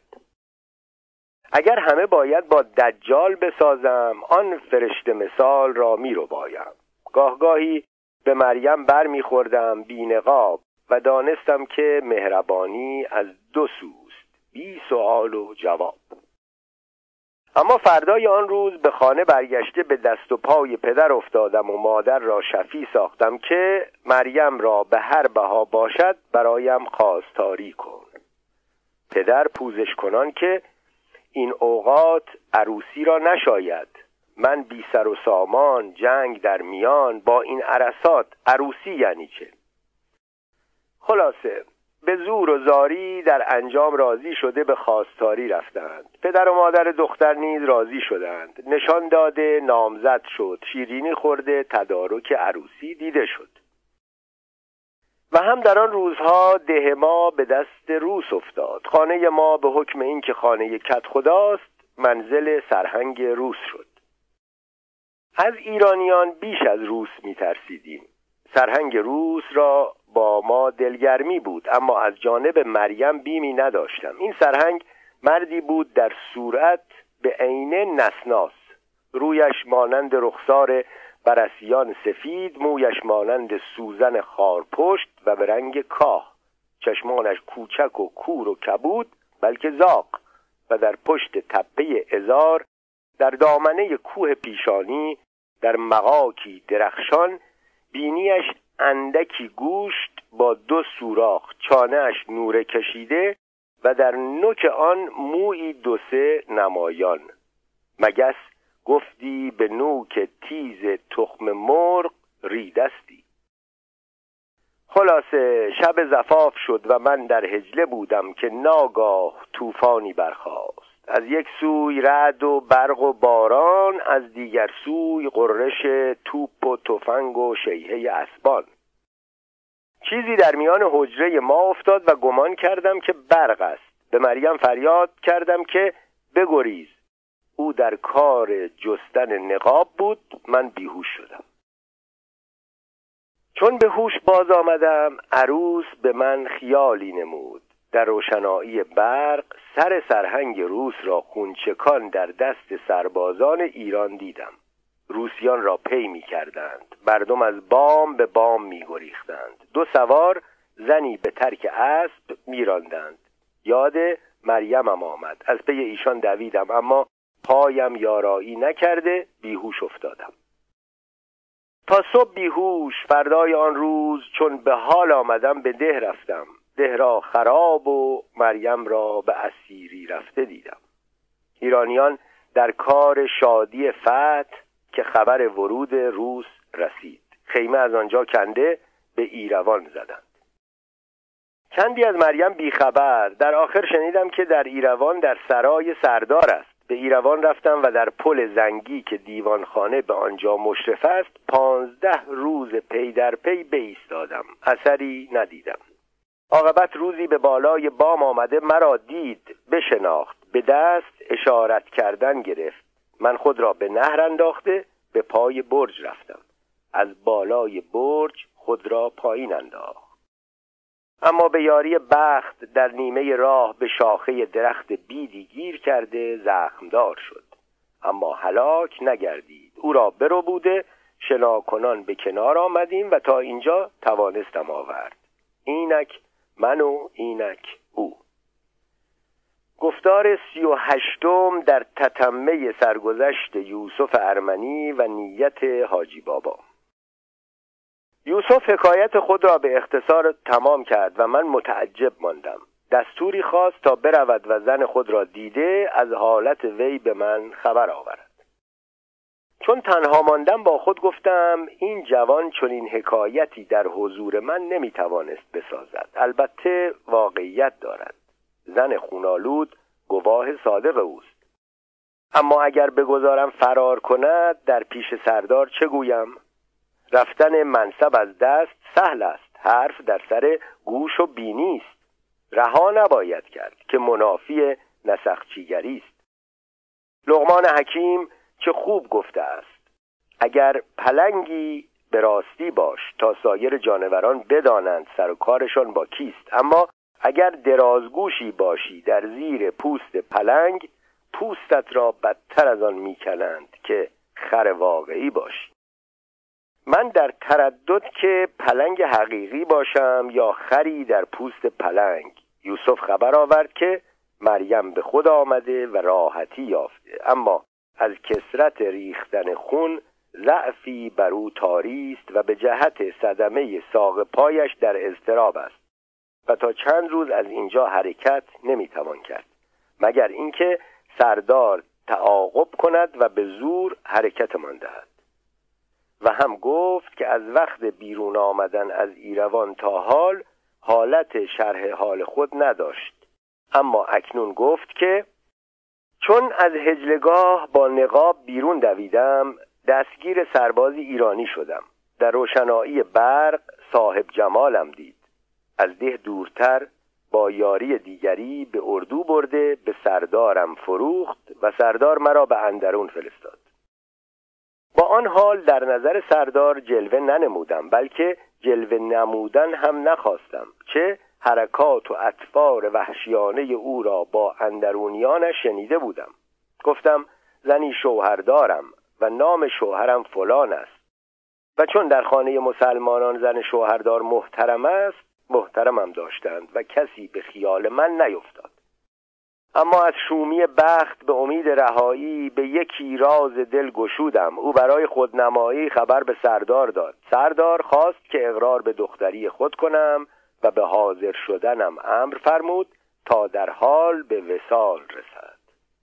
اگر همه باید با دجال بسازم آن فرشته مثال را می رو بایم. گاه گاهی به مریم بر می خوردم بی نقاب و دانستم که مهربانی از دو سوست، بی سؤال و جواب. اما فردای آن روز به خانه برگشته به دست و پای پدر افتادم و مادر را شفیع ساختم که مریم را به هر بها باشد برایم خواستاری کن. پدر پوزش کنان که این اوقات عروسی را نشاید، من بی سر و سامان، جنگ در میان، با این عرصات عروسی یعنی چه؟ خلاصه به زور و زاری در انجام راضی شده به خواستاری رفتند. پدر و مادر دختر نیز راضی شدند. نشان داده نامزد شد، شیرینی خورده تدارک عروسی دیده شد. و هم در آن روزها ده ما به دست روس افتاد. خانه ما به حکم این که خانه کت خداست منزل سرهنگ روس شد. از ایرانیان بیش از روس می ترسیدیم. سرهنگ روس را با ما دلگرمی بود، اما از جانب مریم بیمی نداشتم. این سرهنگ مردی بود در صورت به عینه نسناس، رویش مانند رخسار برسیان سفید، مویش مانند سوزن خارپشت و به رنگ کاه، چشمانش کوچک و کور و کبود بلکه زاغ، و در پشت تپه ازار در دامنه کوه پیشانی در مغاکی درخشان بینیش اندکی گوشت با دو سوراخ، چانه‌اش نوره کشیده و در نوک آن مویی دو سه نمایان. مگس گفتی به نوک تیز تخم مرغ ریدستی. خلاصه شب زفاف شد و من در حجله بودم که ناگاه طوفانی برخاست. از یک سوی رعد و برق و باران، از دیگر سوی غرش توپ و تفنگ و شیهه اسبان. چیزی در میان حجره ما افتاد و گمان کردم که برق است. به مریم فریاد کردم که بگریز. او در کار جستن نقاب بود. من بیهوش شدم. چون به هوش باز آمدم عروس به من خیالی نمود. در روشنایی برق سر سرهنگ روس را خونچکان در دست سربازان ایران دیدم. روسیان را پی می کردند. مردم از بام به بام می گریختند. دو سوار زنی به ترک اسب می راندند. یاد مریمم آمد. از پی ایشان دویدم، اما پایم یارایی نکرده بیهوش افتادم. تا صبح بیهوش. فردای آن روز چون به حال آمدم به ده رفتم. ده را خراب و مریم را به اسیری رفته دیدم. ایرانیان در کار شادی فتح که خبر ورود روس رسید. خیمه از آنجا کنده به ایروان زدند. چندی از مریم بیخبر. در آخر شنیدم که در ایروان در سرای سردار است. به ایروان رفتم و در پل زنگی که دیوانخانه به آنجا مشرف است پانزده روز پی در پی بایستادم. اثری ندیدم. عاقبت روزی به بالای بام آمده مرا دید، بشناخت، به دست اشارت کردن گرفت. من خود را به نهر انداخته به پای برج رفتم. از بالای برج خود را پایین انداخت. اما به یاری بخت در نیمه راه به شاخه درخت بیدی گیر کرده زخمدار شد، اما هلاک نگردید. او را برو بوده شناکنان به کنار آمدیم و تا اینجا توانستم آورد. اینک من و اینک او. گفتار سی و هشتم در تتمه سرگذشت یوسف ارمنی و نیت حاجی بابا. یوسف حکایت خود را به اختصار تمام کرد و من متعجب ماندم. دستوری خواست تا برود و زن خود را دیده از حالت وی به من خبر آورد. چون تنها ماندم با خود گفتم این جوان چون این حکایتی در حضور من نمیتوانست بسازد. البته واقعیت دارد. زن خونالود گواه صادق اوست. اما اگر بگذارم فرار کند در پیش سردار چه گویم؟ رفتن منصب از دست سهل است. حرف در سر گوش و بینی است. رها نباید کرد که منافی نسخچیگری است. لقمان حکیم چه خوب گفته است: اگر پلنگی به راستی باش تا سایر جانوران بدانند سر و کارشان با کیست، اما اگر درازگوشی باشی در زیر پوست پلنگ پوستت را بدتر از آن میکنند که خر واقعی باشی. من در تردد که پلنگ حقیقی باشم یا خری در پوست پلنگ. یوسف خبر آورد که مریم به خود آمده و راحتی یافته، اما از کثرت ریختن خون ضعفی بر او طاری است و به جهت صدمه ساق پایش در اضطراب است و تا چند روز از اینجا حرکت نمیتوان کرد مگر اینکه سردار تعاقب کند و به زور حرکتمان دهد. و هم گفت که از وقت بیرون آمدن از ایروان تا حال حالت شرح حال خود نداشت، اما اکنون گفت که چون از حجلگاه با نقاب بیرون دویدم دستگیر سربازی ایرانی شدم. در روشنایی برق صاحب جمالم دید. از ده دورتر با یاری دیگری به اردو برده به سردارم فروخت و سردار مرا به اندرون فرستاد. با آن حال در نظر سردار جلوه ننمودم، بلکه جلوه نمودن هم نخواستم، چه حرکات و اطوار وحشیانه او را با اندرونیانش شنیده بودم. گفتم زنی شوهر دارم و نام شوهرم فلان است و چون در خانه مسلمانان زن شوهردار محترم است محترمم داشتند و کسی به خیال من نیفتاد. اما از شومی بخت به امید رهایی به یکی راز دل گشودم. او برای خودنمایی خبر به سردار داد. سردار خواست که اقرار به دختری خود کنم و به حاضر شدنم امر فرمود تا در حال به وصال رسد.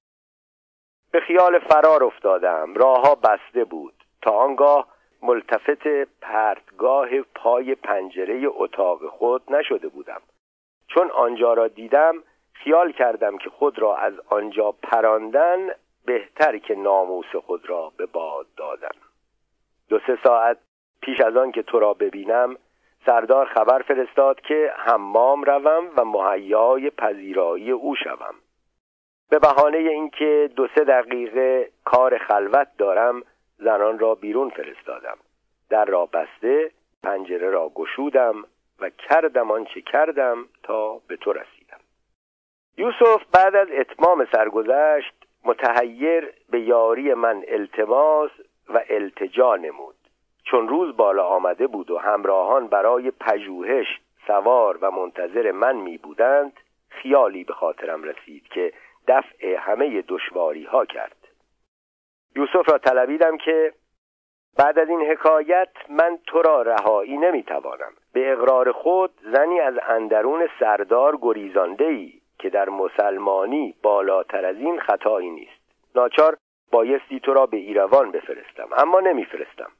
به خیال فرار افتادم. راهها بسته بود. تا آنگاه ملتفت پرتگاه پای پنجره اتاق خود نشده بودم. چون آنجا را دیدم خیال کردم که خود را از آنجا پراندن بهتر که ناموس خود را به باد دادن. دو سه ساعت پیش از آن که تو را ببینم سردار خبر فرستاد که حمام روم و مهیای پذیرایی او شوم. به بهانه اینکه دو سه دقیقه کار خلوت دارم زنان را بیرون فرستادم. در را بسته پنجره را گشودم و کردم آنچه کردم تا به تو رسیدم. یوسف بعد از اتمام سرگذشت متحیر به یاری من التماس و التجا نمود. چون روز بالا آمده بود و همراهان برای پژوهش سوار و منتظر من می بودند خیالی به خاطرم رسید که دفع همه دشواری ها کرد. یوسف را طلبیدم که بعد از این حکایت من تو را رهایی نمی توانم. به اقرار خود زنی از اندرون سردار گریزانده ای که در مسلمانی بالاتر از این خطایی نیست. ناچار بایستی تو را به ایروان بفرستم، اما نمی فرستم.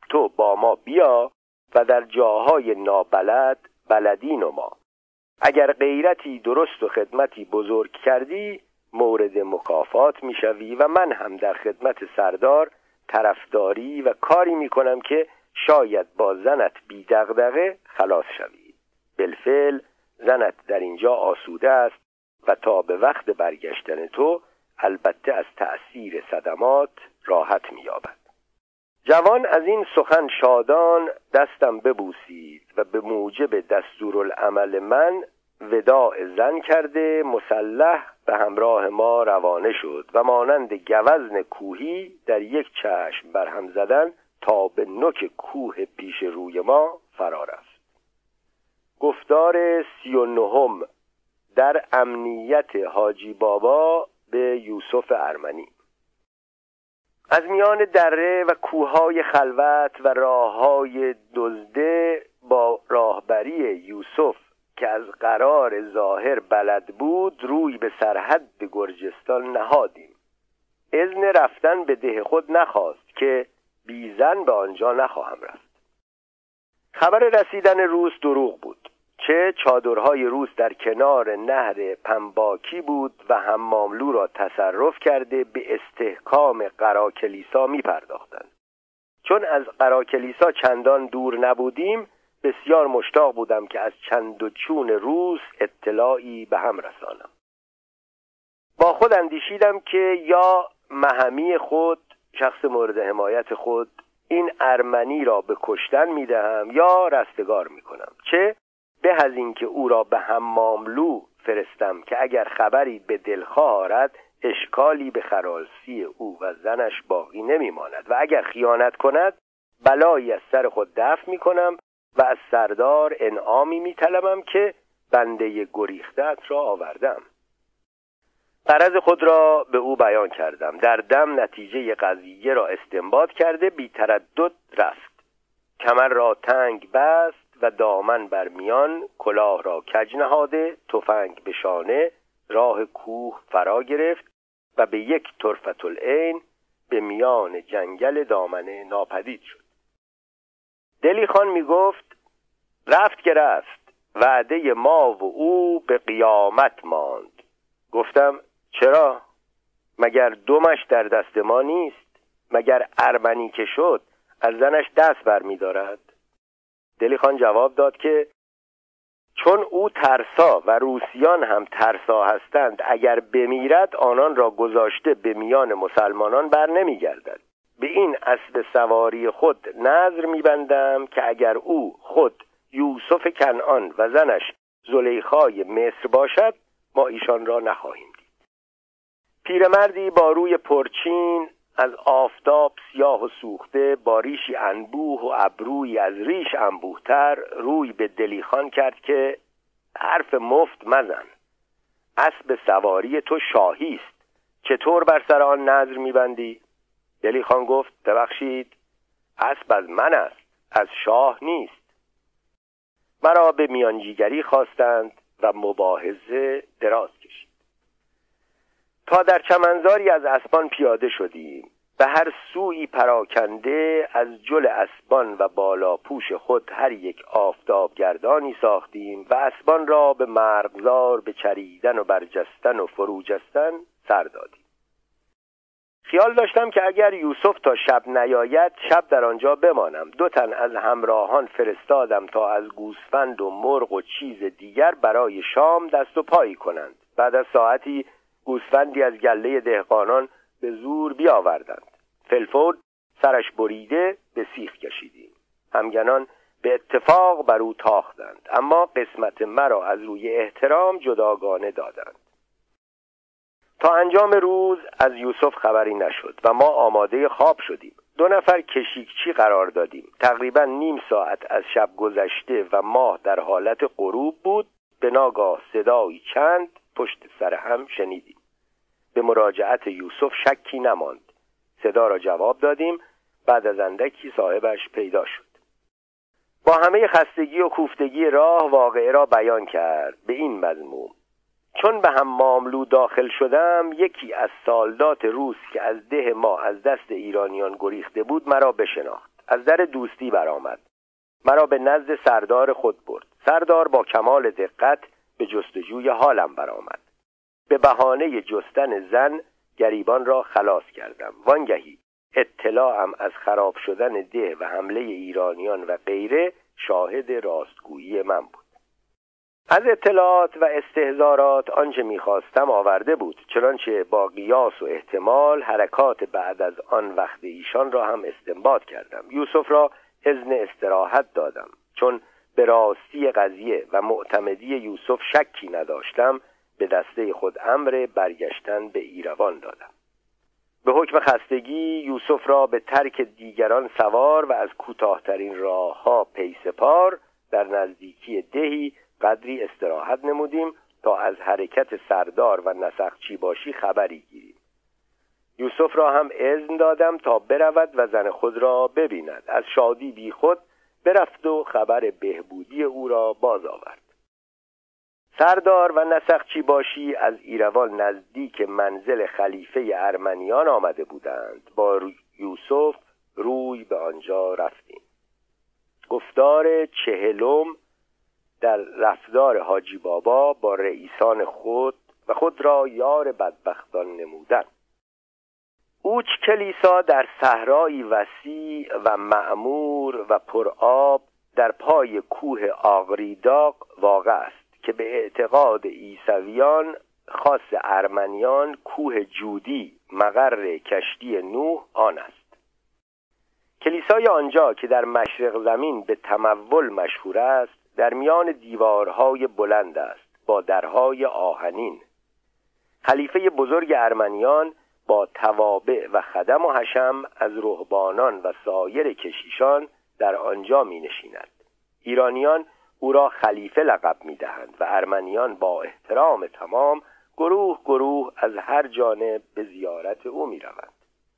تو با ما بیا و در جاهای نابلد بلدی نما. اگر غیرتی درست و خدمتی بزرگ کردی مورد مکافات میشوی و من هم در خدمت سردار طرفداری و کاری میکنم که شاید با زنت بی دغدغه خلاص شوی. بالفعل زنت در اینجا آسوده است و تا به وقت برگشتن تو البته از تأثیر صدمات راحت می‌یابد. جوان از این سخن شادان دستم ببوسید و به موجب دستورالعمل من وداع زن کرده مسلح به همراه ما روانه شد و مانند گوزن کوهی در یک چشم برهم زدن تا به نوک کوه پیش روی ما فرا رفت. گفتار سی و نهم در امنیت حاجی بابا به یوسف ارمنی. از میان دره و کوههای خلوت و راههای دزده با راهبری یوسف که از قرار ظاهر بلد بود روی به سرحد گرجستان نهادیم. اذن رفتن به ده خود نخواست که بی زن به آنجا نخواهم رفت. خبر رسیدن روس دروغ بود. چه چادرهای روس در کنار نهر پنباکی بود و حماملو را تصرف کرده به استحکام قراکلیسا می پرداختند. چون از قراکلیسا چندان دور نبودیم بسیار مشتاق بودم که از چند و چون روس اطلاعی به هم رسانم. با خود اندیشیدم که یا مهمی خود، شخص مورد حمایت خود، این ارمنی را به کشتن می دهم یا رستگار می کنم. چه به از این که او را به حماملو فرستم که اگر خبری به دلخواه آرد اشکالی به خلاصی او و زنش باقی نمی ماند و اگر خیانت کند بلایی از سر خود دفع می کنم و از سردار انعامی می طلبم که بنده گریختت را آوردم. غرض خود را به او بیان کردم. در دم نتیجه قضیه را استنباط کرده بی تردد رفت. کمر را تنگ بست و دامن بر میان، کلاه را کج نهاده، تفنگ به شانه راه کوه فرا گرفت و به یک طرفة العین به میان جنگل دامنه ناپدید شد. دلی خان می گفت رفت که رفت، وعده ما و او به قیامت ماند. گفتم چرا؟ مگر دمش در دست ما نیست؟ مگر ارمنی که شد از زنش دست بر می دارد؟ دلی خان جواب داد که چون او ترسا و روسیان هم ترسا هستند اگر بمیرد آنان را گذاشته به میان مسلمانان بر نمی گردد. به این اسب سواری خود نظر می بندم که اگر او خود یوسف کنعان و زنش زلیخای مصر باشد ما ایشان را نخواهیم دید. پیرمردی با روی پرچین از آفتاب سیاه و سوخته با ریشی انبوه و ابرویی از ریش انبوه‌تر روی به دلی خان کرد که حرف مفت مزن. اسب سواری تو شاهی است، چطور بر سر آن نظر می‌بندی؟ دلی خان گفت ببخشید، اسب از من است، از شاه نیست. مرا به میانجیگری خواستند و مباحثه دراز کشید. تا در چمنزاری از اسبان پیاده شدیم. به هر سوی پراکنده از جل اسبان و بالا پوش خود هر یک آفتابگردانی ساختیم و اسبان را به مرغزار به چریدن و برجستن و فروجستن سر دادیم. خیال داشتم که اگر یوسف تا شب نیاید شب در آنجا بمانم. دو تن از همراهان فرستادم تا از گوسفند و مرغ و چیز دیگر برای شام دست و پایی کنند. بعد از ساعتی گوسفندی از گله دهقانان به زور بیاوردند. فلفور سرش بریده به سیخ کشیدیم. همگنان به اتفاق بر او تاختند، اما قسمت مرا از روی احترام جداگانه دادند. تا انجام روز از یوسف خبری نشد و ما آماده خواب شدیم. دو نفر کشیکچی قرار دادیم. تقریبا نیم ساعت از شب گذشته و ماه در حالت غروب بود. به ناگاه صدایی چند پشت سر هم شنیدیم. به مراجعت یوسف شکی نماند. صدا را جواب دادیم. بعد از اندکی صاحبش پیدا شد. با همه خستگی و کوفتگی راه واقعه را بیان کرد به این مضمون: چون به حماملو داخل شدم یکی از سالدات روس که از ده ما از دست ایرانیان گریخته بود مرا بشناخت از در دوستی برآمد. مرا به نزد سردار خود برد. سردار با کمال دقت به جستجوی حالم برآمد. به بهانه جستن زن گریبان را خلاص کردم. وانگهی اطلاعم از خراب شدن ده و حمله ایرانیان و غیره شاهد راستگویی من بود. از اطلاعات و استحضارات آنچه می‌خواستم آورده بود، چنانچه با قیاس و احتمال حرکات بعد از آن وقت ایشان را هم استنباط کردم. یوسف را اذن استراحت دادم. چون به راستی قضیه و معتمدی یوسف شکی نداشتم، به دسته خود امر برگشتن به ایروان دادم. به حکم خستگی یوسف را به ترک دیگران سوار و از کوتاه‌ترین راه‌ها پیسپار در نزدیکی دهی قدری استراحت نمودیم تا از حرکت سردار و نسخچی باشی خبری گیریم. یوسف را هم اذن دادم تا برود و زن خود را ببیند. از شادی بی خود برفت و خبر بهبودی او را باز آورد. سردار و نسخچی باشی از ایروان نزدیک منزل خلیفه ارمنیان آمده بودند. با یوسف روی به آنجا رفتیم. گفتار چهلم در رفتار حاجی بابا با رئیسان خود و خود را یار بدبختان نمودن. اوچ کلیسا در صحرایی وسیع و معمور و پرآب در پای کوه آغریداق واقع است که به اعتقاد عیسویان خاص ارمنیان کوه جودی مقر کشتی نوح آن است. کلیسای آنجا که در مشرق زمین به تمول مشهور است، در میان دیوارهای بلند است با درهای آهنین. خلیفه بزرگ ارمنیان با توابع و خدم و حشم از رهبانان و سایر کشیشان در آنجا می نشیند. ایرانیان او را خلیفه لقب می دهند و ارمنیان با احترام تمام گروه گروه از هر جانب به زیارت او می روند.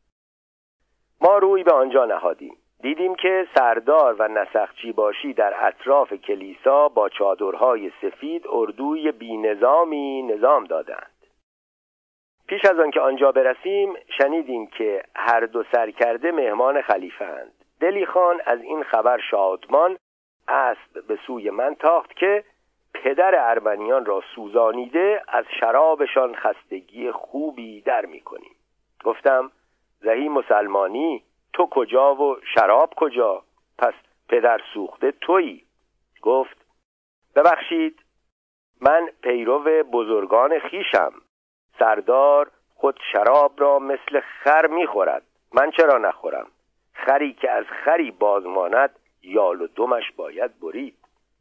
ما روی به آنجا نهادیم. دیدیم که سردار و نسخچی باشی در اطراف کلیسا با چادرهای سفید اردوی بی نظامی نظام دادند. پیش از آن که آنجا برسیم شنیدیم که هر دو سرکرده مهمان خلیفه اند. دلی خان از این خبر شادمان اسب به سوی من تاخت که پدر ارمنیان را سوزانیده از شرابشان خستگی خوبی در می کنیم. گفتم زهی مسلمانی، تو کجا و شراب کجا؟ پس پدر سوخته تویی. گفت ببخشید، من پیرو بزرگان خیشم. سردار خود شراب را مثل خر می‌خورد، من چرا نخورم؟ خری که از خری باز ماند یال و دمش باید برید.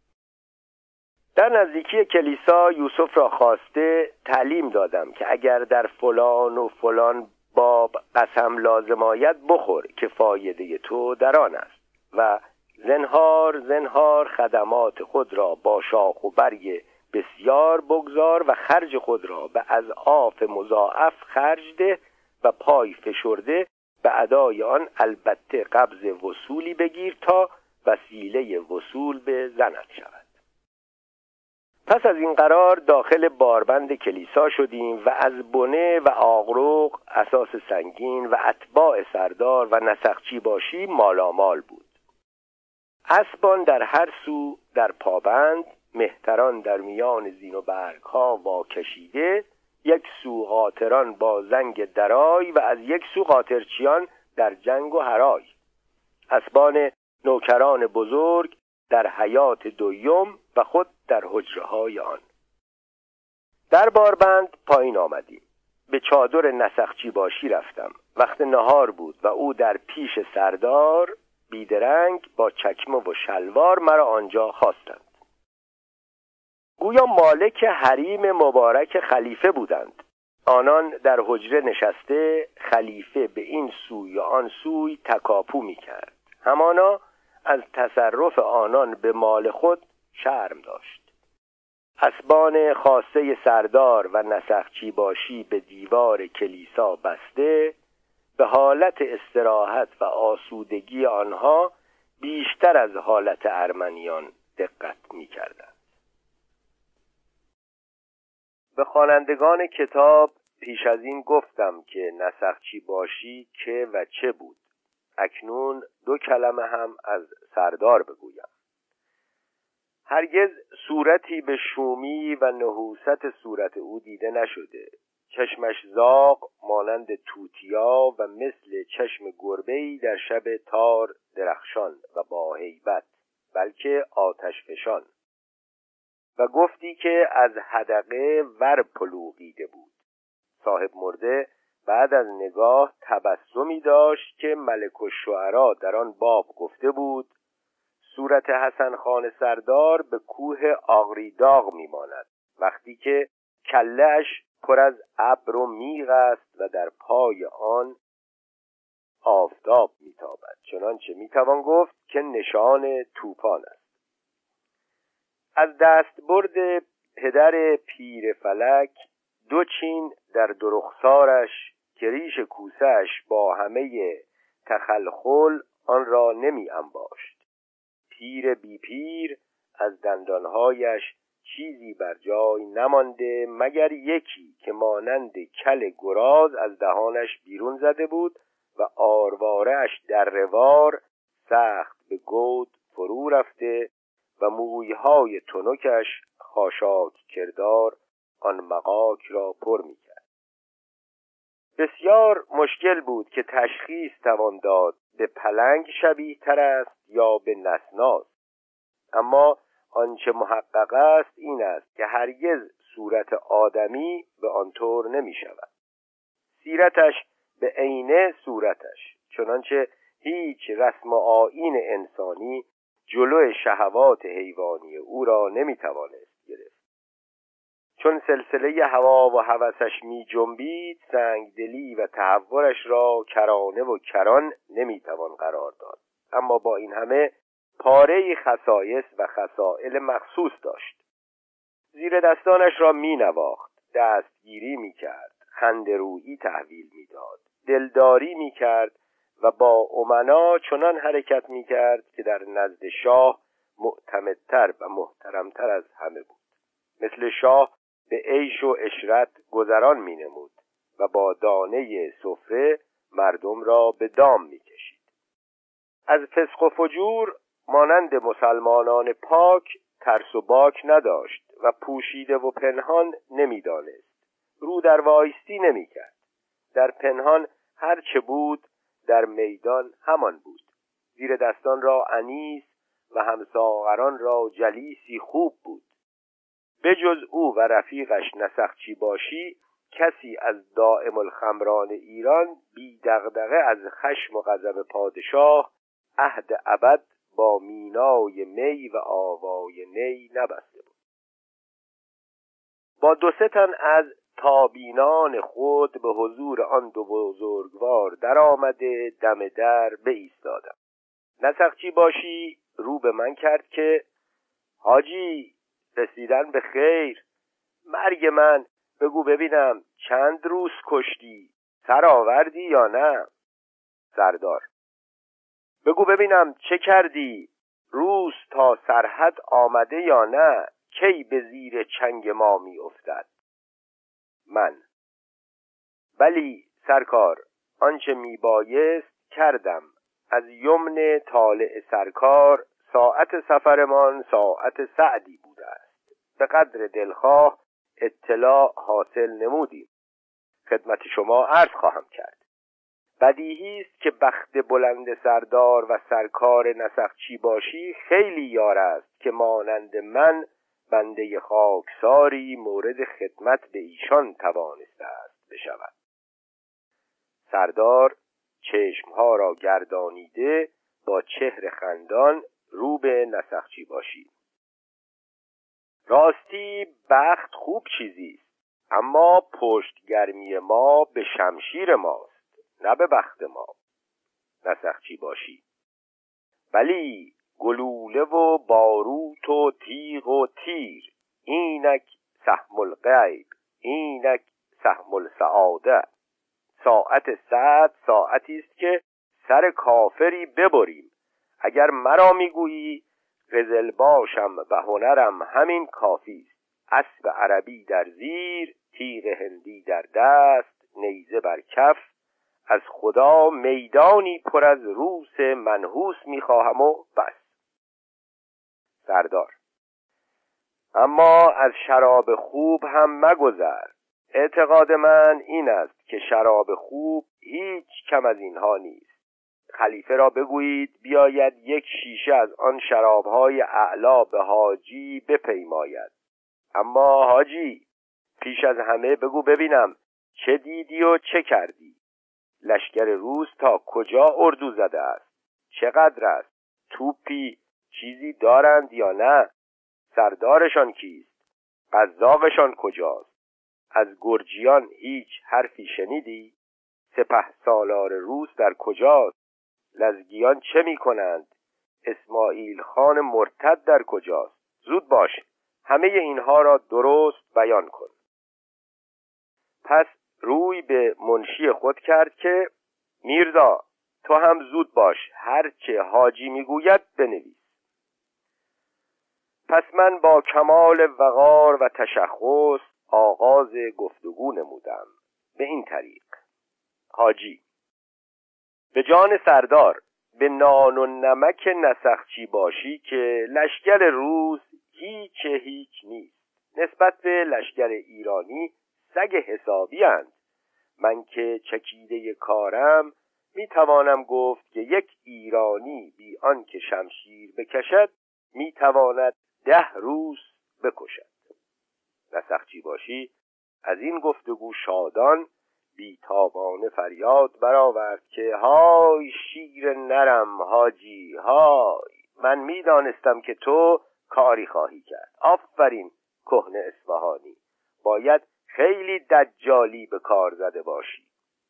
در نزدیکی کلیسا یوسف را خواسته تعلیم دادم که اگر در فلان و فلان باب قسم لازم آید بخور که فایده تو در آن است و زنهار زنهار خدمات خود را با شاخ و برگ بسیار بگذار و خرج خود را به اضعاف مضاعف خرج ده و پای فشرده به ادای آن البته قبض وصولی بگیر تا وسیله وصول به زنت شود. پس از این قرار داخل باربند کلیسا شدیم و از بنه و آغروق اساس سنگین و اتباع سردار و نسخچی باشی مالامال بود. اسبان در هر سو در پابند، مهتران در میان زین و برگ ها واکشیده، یک سو قاطران با زنگ درای و از یک سو قاطرچیان در جنگ و هرای. اسبان نوکران بزرگ در حیات دویم و خود در حجره های آن. در باربند پایین آمدیم. به چادر نسخچی باشی رفتم. وقت نهار بود و او در پیش سردار بیدرنگ با چکمه و شلوار مرا آنجا خواستند. گویا مالک حریم مبارک خلیفه بودند. آنان در حجره نشسته، خلیفه به این سوی و آن سوی تکاپو می کرد. همانا از تصرف آنان به مال خود شرم داشت. اسبان خاصه سردار و نسخچی باشی به دیوار کلیسا بسته، به حالت استراحت و آسودگی آنها بیشتر از حالت ارمنیان دقت می کردند. به خوانندگان کتاب پیش از این گفتم که نسخچی باشی که و چه بود. اکنون دو کلمه هم از سردار بگویم. هرگز صورتی به شومی و نحوست صورت او دیده نشده. چشمش زاغ مانند توتیا و مثل چشم گربه‌ای در شب تار درخشان و با هیبت، بلکه آتش فشان. و گفتی که از حدقه ور پلوغیده بود. صاحب مرده بعد از نگاه تبسمی داشت که ملک الشعرا در آن باب گفته بود: صورت حسن خان سردار به کوه آغریداغ میماند وقتی که کله‌اش پر از ابر و میغ است و در پای آن آفتاب میتابد، چنانچه میتوان گفت که نشان طوفان است. از دستبرد پدر پیر فلک دو چین در دو رخسارش که ریش کوسه‌اش با همه تخلخل آن را نمی انباشت. پیر بی پیر از دندانهایش چیزی بر جای نمانده مگر یکی که مانند کل گراز از دهانش بیرون زده بود و آرواره‌اش در روار سخت به گود فرو رفته و مویهای تنکش خاشاک کردار آن مغاک را پر می کرد. بسیار مشکل بود که تشخیص توان داد به پلنگ شبیه تر است یا به نسناس، اما آنچه محقق است این است که هرگز صورت آدمی به آنطور نمی شود. سیرتش به عینه صورتش، چنانچه هیچ رسم و آیین انسانی جلو شهوات حیوانی او را نمی توانست گرفت. چون سلسله هوا و هوسش می جنبید، سنگدلی و تهورش را کرانه و کران نمی توان قرار داد. اما با این همه پاره خصایص و خصائل مخصوص داشت. زیر دستانش را می نواخت، دستگیری می کرد، خندرویی تحویل می داد، دلداری می کرد و با امنا چنان حرکت می کرد که در نزد شاه معتمدتر و محترمتر از همه بود. مثل شاه به عیش و عشرت گذران می نمود و با دانه سفره مردم را به دام می کشید. از فسق و فجور مانند مسلمانان پاک ترس و باک نداشت و پوشیده و پنهان نمی دانست. رو در وایستی نمی کرد. در پنهان هر چه بود در میدان همان بود. زیر دستان را انیس و همساغران را جلیسی خوب بود. به جز او و رفیقش نسخچی باشی، کسی از دائم الخمران ایران بی دغدغه از خشم و غضب پادشاه عهد ابد با مینای می و آوای نی نبسته بود. با دو سه تن از تابینان خود به حضور آن دو بزرگوار در آمده دم در بایستادم. نسخچی باشی رو به من کرد که حاجی رسیدن به خیر، مرگ من بگو ببینم چند روز کشتی، سر آوردی یا نه؟ سردار: بگو ببینم چه کردی، روز تا سرحد آمده یا نه، کی به زیر چنگ ما می افتد؟ من: بلی سرکار، آنچه می بایست کردم. از یمن طالع سرکار ساعت سفرمان ساعت سعدی بوده است. به قدر دلخواه اطلاع حاصل نمودیم. خدمت شما عرض خواهم کرد. بدیهی است که بخت بلند سردار و سرکار نسخچی باشی خیلی یار است که مانند من بنده خاکساری مورد خدمت به ایشان توانسته است بشود. سردار چشمها را گردانیده با چهره خندان رو به نسخچی باشی: راستی بخت خوب چیزی است، اما پشتگرمی ما به شمشیر ماست نه به بخت ما. نسخچی باشی: بلی گلوله و باروت و تیغ و تیر، اینک سهم الغیب اینک سهم السعاده. ساعت سعد ساعتی است که سر کافری ببریم. اگر مرا میگویی غزل باشم و هنرم همین کافی است. اسب عربی در زیر، تیغ هندی در دست، نیزه بر کف، از خدا میدانی پر از روس منحوس میخواهم و بس. سردار: اما از شراب خوب هم مگذر. اعتقاد من این است که شراب خوب هیچ کم از اینها نیست. خلیفه را بگویید بیاید یک شیشه از آن شرابهای اعلا به حاجی بپیماید. اما حاجی، پیش از همه بگو ببینم چه دیدی و چه کردی؟ لشکر روس تا کجا اردو زده است؟ چقدر است؟ توپی چیزی دارند یا نه؟ سردارشان کیست؟ قزاقشان کجاست؟ از گرجیان هیچ حرفی شنیدی؟ سپه سالار روس در کجاست؟ لزگیان چه می کنند؟ اسماعیل خان مرتد در کجاست؟ زود باش، همه اینها را درست بیان کن. پس روی به منشی خود کرد که میرزا تو هم زود باش، هر چه حاجی میگوید بنویس. پس من با کمال وقار و تشخص آغاز گفتگو نمودم به این طریق: حاجی: به جان سردار، به نان و نمک نسخچی باشی که لشکر روس هیچ هیچ نیست. نسبت به لشکر ایرانی سگ حسابی اند. من که چکیده کارم می توانم گفت که یک ایرانی بی آن که شمشیر بکشد می تواند ده روس بکشد. نسخچی باشی از این گفتگو شادان بی تابانه فریاد برآورد که های شیر نرم حاجی های، من می دانستم که تو کاری خواهی کرد. آفرین کهنه اصفهانی، باید خیلی دجالی به کار زده باشی.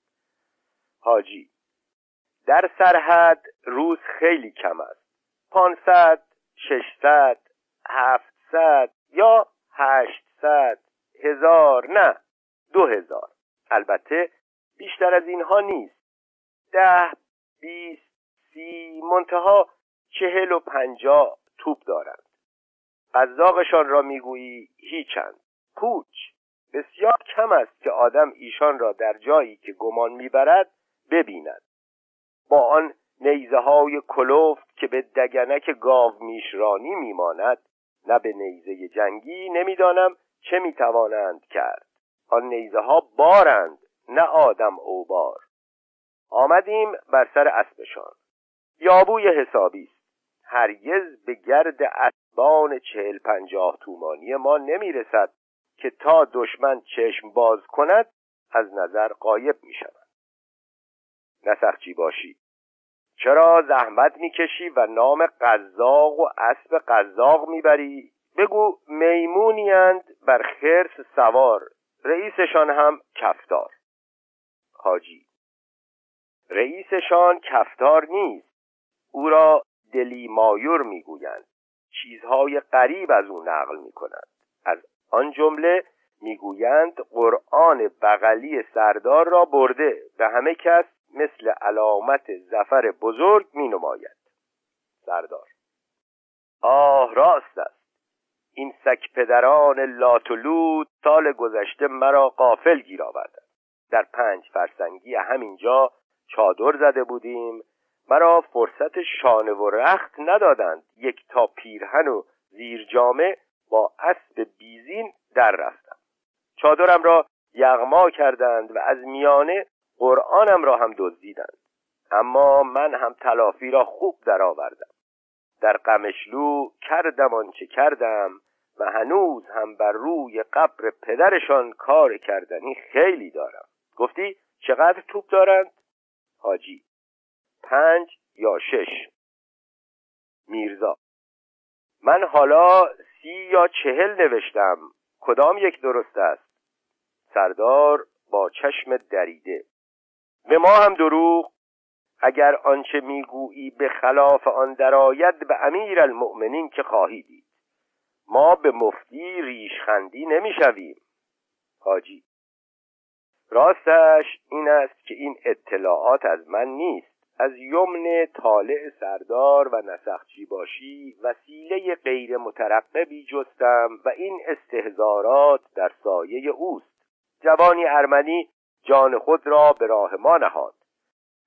حاجی: در سرحد روس خیلی کم است. پانصد، ششصد، هفتصد یا هشتصد، هزار، نه دو هزار. البته بیشتر از اینها نیست. ده، بیست، سی، منتها چهل و پنجاه توپ دارند. قزاقشان را میگویی هیچند. پوچ. بسیار کم است که آدم ایشان را در جایی که گمان میبرد ببیند. با آن نیزه های کلفت که به دگنک گاو میشرانی میماند، نه به نیزه جنگی نمیدانم چه میتوانند کرد. آن نیزه ها بارند، نه آدم او بار. آمدیم بر سر اسبشان. یابوی حسابی است. هرگز به گرد اسبان چهل پنجاه تومانی ما نمیرسد که تا دشمن چشم باز کند از نظر غایب می شود. نسخچی باشی: چرا زحمت میکشی و نام قزاق و اسب قزاق میبری؟ بگو میمونیند بر خرس سوار، رئیسشان هم کفتار. حاجی: رئیسشان کفتار نیست، او را دلی مایور میگویند. چیزهای غریب از او نقل میکنند. از آن جمله میگویند قرآن بغلی سردار را برده، به همه کس مثل علامت ظفر بزرگ می نماید. سردار: آه راست است. این سگ پدران لات و لوت سال گذشته مرا غافل گیر آوردند. در پنج فرسنگی همینجا چادر زده بودیم، مرا فرصت شانه و رخت ندادند. یک تا پیرهن و زیر جامه با اسب بیزین در رفتم. چادرم را یغما کردند و از میانه قرآنم را هم دزدیدند. اما من هم تلافی را خوب درآوردم. در قمشلو کردم آنچه کردم و هنوز هم بر روی قبر پدرشان کار کردنی خیلی دارم. گفتی چقدر توپ دارند؟ حاجی: پنج یا شش. میرزا: من حالا سی یا چهل نوشتم، کدام یک درست است؟ سردار با چشم دریده: به ما هم دروغ؟ اگر آنچه میگویی به خلاف آن درآید به امیر المؤمنین که خواهی دید. ما به مفتی ریشخندی نمیشویم. حاجی: راستش این است که این اطلاعات از من نیست. از یمن طالع سردار و نسخچی باشی وسیله غیر مترقبی جستم و این استهزارات در سایه اوست. جوانی ارمنی جان خود را به راه ما نهاد.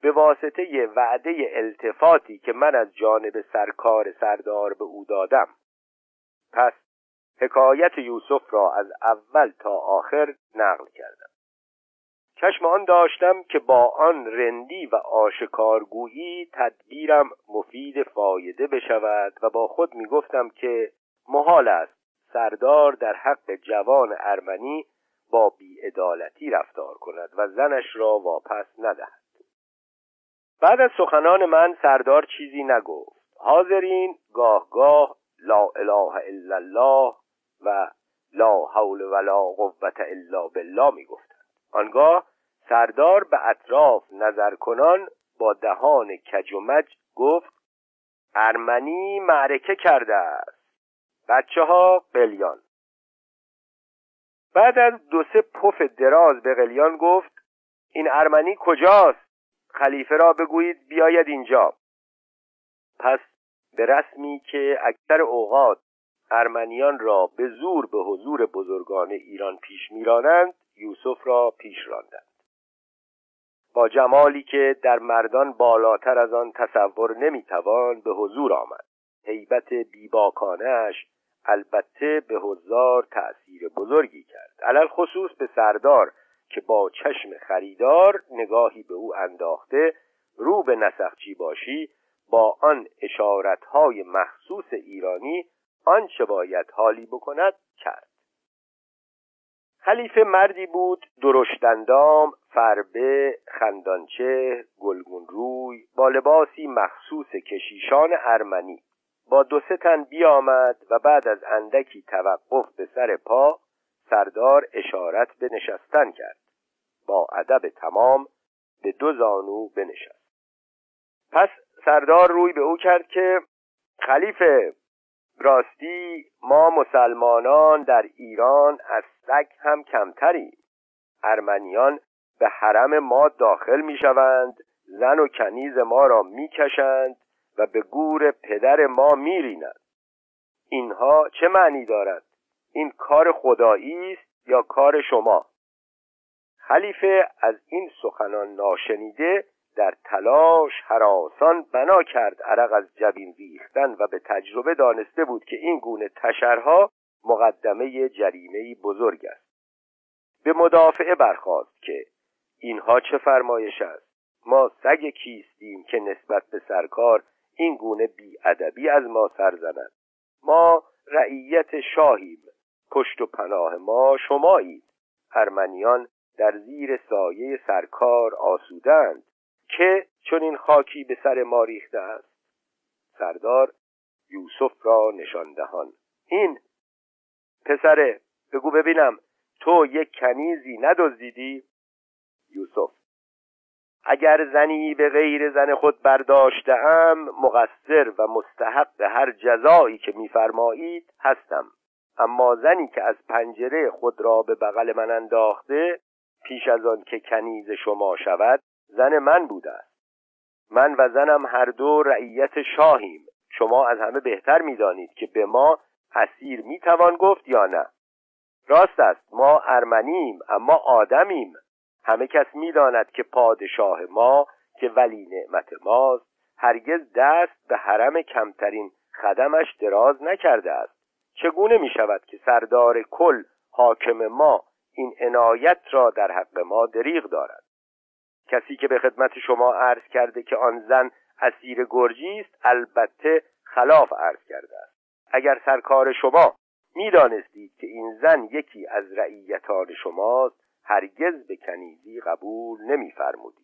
به واسطه وعده التفاتی که من از جانب سرکار سردار به او دادم. پس حکایت یوسف را از اول تا آخر نقل کردم. چشم آن داشتم که با آن رندی و آشکارگویی تدبیرم مفید فایده بشود و با خود می گفتم که محال است سردار در حق جوان ارمنی با بی‌عدالتی رفتار کند و زنش را واپس ندهد. بعد از سخنان من سردار چیزی نگفت. حاضرین گاه گاه لا اله الا الله و لا حول ولا قوة الا بالله می گفتند. آنگاه سردار به اطراف نظر کنان با دهان کج و مج گفت: ارمنی معرکه کرده است، بچه ها قلیان. بعد از دو سه پف دراز به قلیان گفت: این ارمنی کجاست؟ خلیفه را بگویید بیاید اینجا. پس به رسمی که اکثر اوقات ارمنیان را به زور به حضور بزرگان ایران پیش میرانند، یوسف را پیش راندند. با جمالی که در مردان بالاتر از آن تصور نمیتوان به حضور آمد. هیبت بیباکانه‌اش البته به حضار تأثیر بزرگی کرد، علل خصوص به سردار که با چشم خریدار نگاهی به او انداخته رو به نسخچی باشی با آن اشارتهای مخصوص ایرانی آنچه باید حالی بکند کرد. خلیفه مردی بود درشتندام، فربه، خندانچهر، گلگون روی، با لباسی مخصوص کشیشان ارمنی. با دو سه تن بیامد و بعد از اندکی توقف به سر پا سردار اشارت به نشستن کرد. با ادب تمام به دو زانو بنشست. پس سردار روی به او کرد که خلیفه، راستی ما مسلمانان در ایران از سگ هم کمتریم. ارمنیان به حرم ما داخل می شوند، زن و کنیز ما را می کشند و به گور پدر ما می رینند. اینها چه معنی دارد؟ این کار خدایی است یا کار شما؟ خلیفه از این سخنان ناشنیده در تلاش هراسان بنا کرد عرق از جبین ریختن و به تجربه دانسته بود که این گونه تشرها مقدمه جریمه‌ای بزرگ است. به مدافعه برخاست که اینها چه فرمایش است؟ ما سگ کیستیم که نسبت به سرکار این گونه بی‌ادبی از ما سر زند؟ ما رعیت شاهیم، پشت و پناه ما شمایید. ارمنیان در زیر سایه سرکار آسودند که چون این خاکی به سر ما ریخته است. سردار یوسف را نشان دهان: این پسره، بگو ببینم تو یک کنیزی ندزدیدی؟ یوسف: اگر زنی به غیر زن خود برداشته‌ام مقصر و مستحق هر جزایی که می‌فرمایید هستم، اما زنی که از پنجره خود را به بغل من انداخته پیش از آن که کنیز شما شود زن من بوده است. من و زنم هر دو رعیت شاهیم. شما از همه بهتر می‌دانید که به ما اسیر می‌توان گفت یا نه. راست است ما ارمنیم اما آدمیم. همه کس می‌داند که پادشاه ما که ولی نعمت ماست هرگز دست به حرم کمترین خدمش دراز نکرده است. چگونه می‌شود که سردار کل حاکم ما این عنایت را در حق ما دریغ دارد؟ کسی که به خدمت شما عرض کرده که آن زن اسیر گرجی است البته خلاف عرض کرده است. اگر سرکار شما می‌دانستید که این زن یکی از رعیتان شماست هرگز به کنیزی قبول نمی‌فرمودید.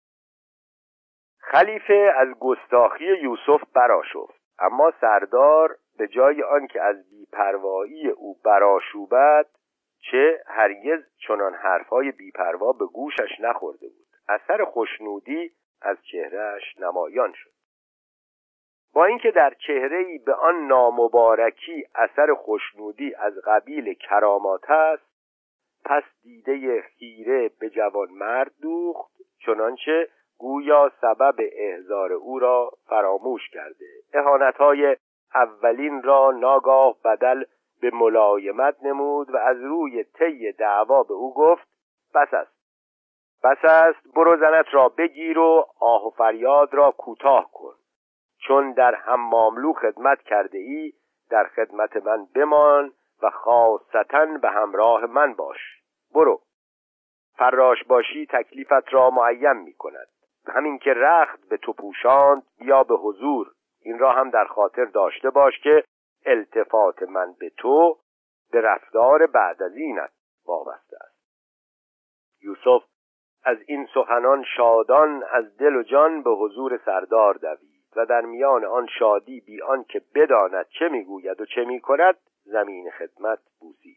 خلیفه از گستاخی یوسف برآشفت، اما سردار به جای آنکه از بی‌پروایی او برآشوبد چه هرگز چنان حرفهای بی‌پروا به گوشش نخورده بود. اثر خوشنودی از چهرهش نمایان شد. با اینکه در چهره‌ای به آن نامبارکی اثر خوشنودی از قبیل کرامات است، پس دیده خیره به جوان مرد دوخت، چنانچه گویا سبب احضار او را فراموش کرده. اهانت‌های اولین را ناگاه بدل به ملایمت نمود و از روی طی دعوا به او گفت: بس است، بس است، برو زنت را بگیر و آه و فریاد را کوتاه کن. چون در حماملو خدمت کرده ای، در خدمت من بمان و خاصتاً به همراه من باش. برو. فراش باشی تکلیفت را معین می کند. همین که رخت به تو پوشاند، بیا به حضور. این را هم در خاطر داشته باش که التفات من به تو به رفتار بعد از اینت وابسته است. یوسف از این سخنان شادان از دل و جان به حضور سردار دوید و در میان آن شادی بی آن که بداند چه میگوید و چه میکند زمین خدمت بوسید.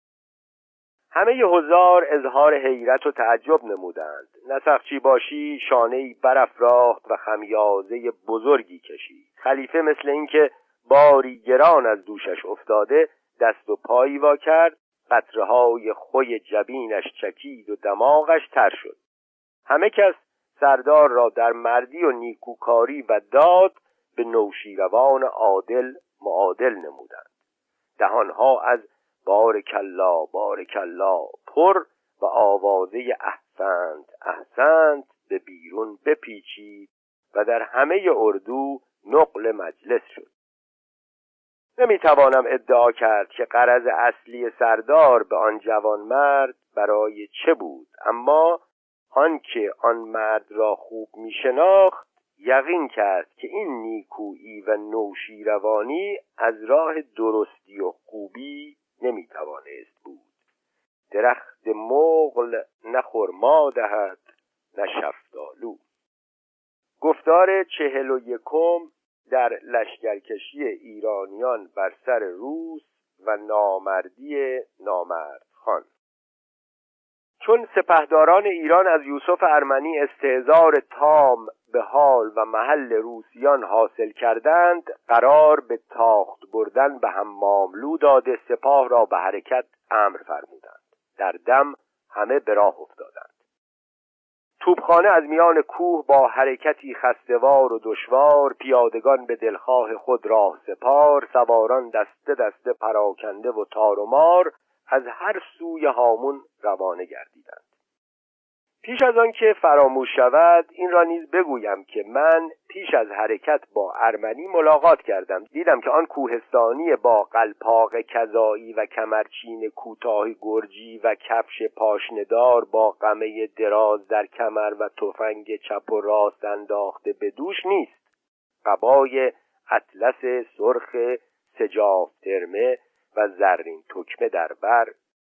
همه حضار اظهار حیرت و تعجب نمودند. نسخچی باشی شانه‌ای برافراخت و خمیازه بزرگی کشید. خلیفه مثل اینکه باری گران از دوشش افتاده دست و پایی وا کرد، قطره‌های خوی جبینش چکید و دماغش تر شد. همه کس سردار را در مردی و نیکوکاری و داد به نوشیروان عادل معادل نمودند. دهانها از بارکالله بارکالله پر و آوازه احسنت احسنت به بیرون بپیچید و در همه اردو نقل مجلس شد. نمیتوانم ادعا کرد که غرض اصلی سردار به آن جوانمرد برای چه بود، اما آنکه آن مرد را خوب میشناخت یقین کرد که این نیکویی و نوشیروانی از راه درستی و خوبی نمیتوانست بود. درخت مغل نه خرما دهد نه شفتالو. گفتار چهل و یکم در لشکرکشی ایرانیان بر سر روس و نامردی نامرد خان. چون سپهداران ایران از یوسف ارمنی استحضار تام به حال و محل روسیان حاصل کردند، قرار به تاخت بردن به حماملو داده سپاه را به حرکت امر فرمودند. در دم همه به راه افتادند. توپخانه از میان کوه با حرکتی خسته‌وار و دشوار، پیادگان به دلخواه خود راه سپار، سواران دسته دسته پراکنده و تار و مار از هر سوی هامون روانه گردیدند. پیش از آن که فراموش شود این را نیز بگویم که من پیش از حرکت با ارمنی ملاقات کردم. دیدم که آن کوهستانی با قلپاق کذایی و کمرچین کوتاه گرجی و کفش پاشندار با قمه دراز در کمر و تفنگ چپ و راست انداخته به دوش نیست. قبای اطلس سرخ سجاف ترمه و زرین تکمه در بر،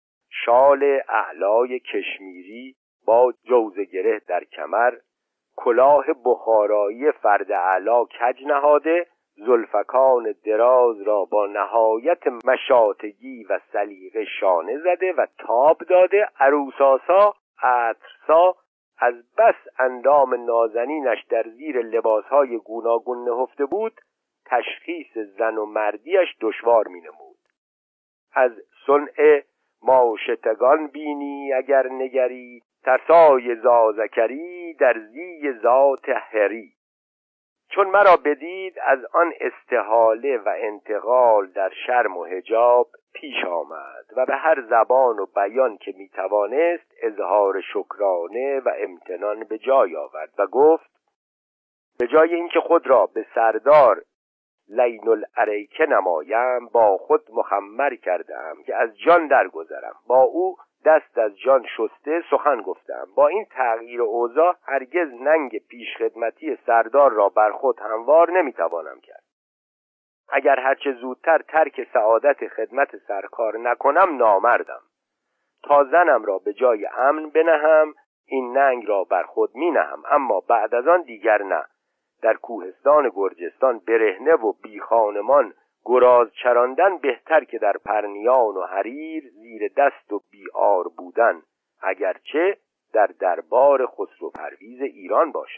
شال اعلای کشمیری با جوزه گره در کمر، کلاه بخارایی فرد اعلا کج نهاده، زلفکان دراز را با نهایت مشاطگی و سلیقه شانه زده و تاب داده، عروساسا عطرسا از بس اندام نازنینش در زیر لباسهای گوناگون نهفته بود تشخیص زن و مردیش دشوار می نمود. از صنع ماشتگان بینی اگر نگری، ترسای زازکری در زی ذات هری. چون مرا بدید از آن استحاله و انتقال در شرم و حجاب پیش آمد و به هر زبان و بیان که می توانست اظهار شکرانه و امتنان به جای آورد و گفت به جای اینکه خود را به سردار لین الاریکه نمایم، با خود مخمر کردم که از جان درگذرم. با او دست از جان شسته سخن گفتم. با این تغییر اوضاع هرگز ننگ پیشخدمتی سردار را بر خود هموار نمیتوانم کرد. اگر هرچه زودتر ترک سعادت خدمت سرکار نکنم نامردم. تا زنم را به جای امن بنهم این ننگ را بر خود می نهم، اما بعد از آن دیگر نه. در کوهستان گرجستان برهنه و بی خانمان گراز چراندن بهتر که در پرنیان و حریر زیر دست و بیار بودن، اگرچه در دربار خسرو پرویز ایران باشد.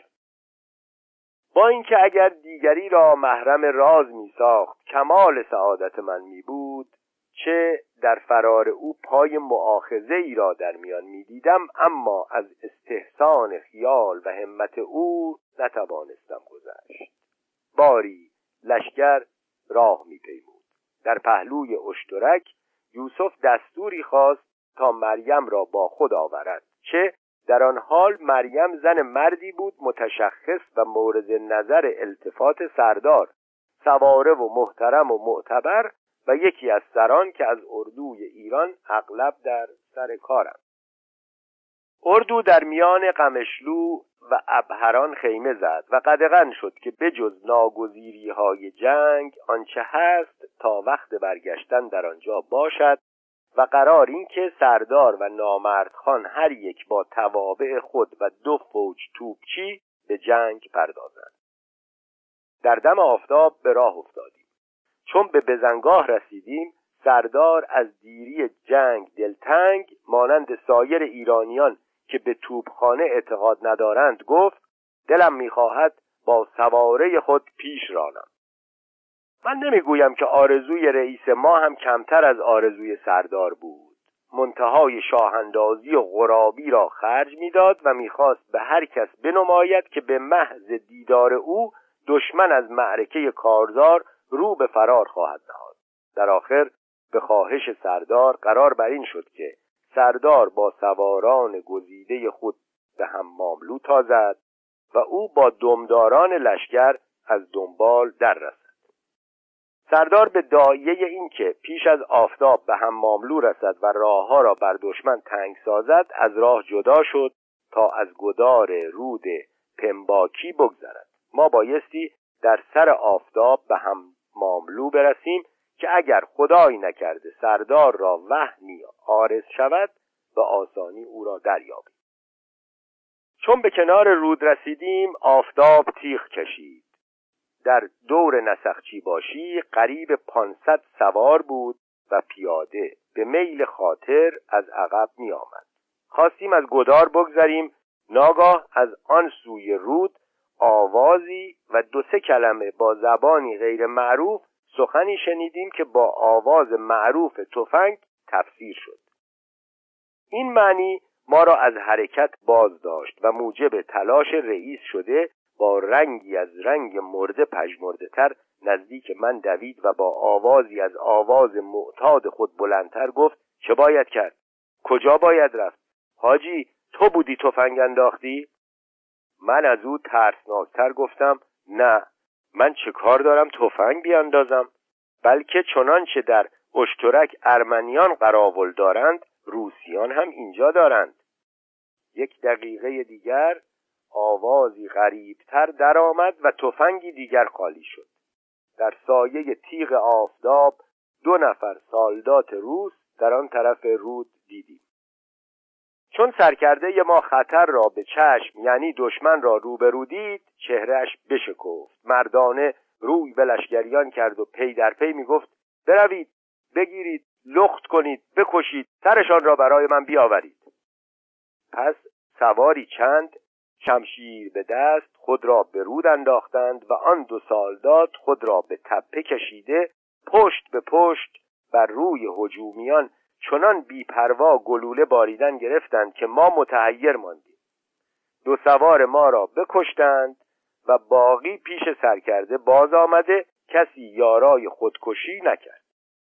با اینکه اگر دیگری را محرم راز می ساخت کمال سعادت من می بود، چه در فرار او پای مؤاخذه ای را در میان می دیدم، اما از استحسان خیال و همت او نتوانستم گذشت. باری لشکر راه می پیمود. در پهلوی اشترک یوسف دستوری خواست تا مریم را با خود آورد، چه در آن حال مریم زن مردی بود متشخص و مورد نظر التفات سردار، سواره و محترم و معتبر و یکی از سران که از اردوی ایران اغلب در سر کارند. اردو در میان قمشلو و ابهران خیمه زد و قدغن شد که بجز ناگزیری‌های جنگ آنچه هست تا وقت برگشتن در آنجا باشد و قرار این که سردار و نامردخان هر یک با توابع خود و دو فوج توپچی به جنگ پردازند. در دم آفتاب به راه افتادیم. چون به بزنگاه رسیدیم، سردار از دیری جنگ دلتنگ مانند سایر ایرانیان که به توپخانه اعتقاد ندارند گفت: دلم می‌خواهد با سواره خود پیش رانم. من نمیگویم که آرزوی رئیس ما هم کمتر از آرزوی سردار بود. منتهای شاهاندازی و غرابی را خرج می‌داد و می‌خواست به هر کس بنماید که به محض دیدار او دشمن از معرکه کارزار رو به فرار خواهد نهاد. در آخر به خواهش سردار قرار بر این شد که سردار با سواران گزیده خود به حماملو تازد و او با دمداران لشکر از دنبال در رسد. سردار به داعیه این که پیش از آفتاب به حماملو رسد و راهها را بر دشمن تنگ سازد از راه جدا شد تا از گدار رود پنباکی بگذرد. ما بایستی در سر آفتاب به حماملو برسیم که اگر خدای نکرده سردار را وهمی عارض شود به آسانی او را دریابیم. چون به کنار رود رسیدیم آفتاب تیغ کشید. در دور نسخچی باشی قریب پانصد سوار بود و پیاده به میل خاطر از عقب می آمد. خواستیم از گدار بگذریم، ناگاه از آن سوی رود آوازی و دو سه کلمه با زبانی غیر معروف سخنی شنیدیم که با آواز معروف تفنگ تفسیر شد. این معنی ما را از حرکت باز داشت و موجب تلاش رئیس شده با رنگی از رنگ مرده پژمرده تر نزدیک من دوید و با آوازی از آواز معتاد خود بلندتر گفت: چه باید کرد؟ کجا باید رفت؟ حاجی تو بودی تفنگ انداختی؟ من از او ترسناکتر گفتم: نه، من چه کار دارم تفنگ بیاندازم؟ بلکه چنانچه در اشترک ارمنیان قراول دارند روسیان هم اینجا دارند. یک دقیقه دیگر آوازی غریبتر در آمد و تفنگی دیگر خالی شد. در سایه تیغ آفتاب دو نفر سالدات روس در آن طرف رود دیدیم. چون سرکرده ما خطر را به چشم یعنی دشمن را روبرو دید چهرهش بشکفت، مردانه روی به لشکریان کرد و پی در پی می گفت: بروید، بگیرید، لخت کنید، بکشید، سرشان را برای من بیاورید. پس سواری چند شمشیر به دست خود را به رود انداختند و آن دو سالدات خود را به تپه کشیده پشت به پشت بر روی هجومیان چنان بی‌پروا گلوله باریدن گرفتند که ما متحیر ماندیم. دو سوار ما را بکشتند و باقی پیش سرکرده باز آمده کسی یارای خودکشی نکرد.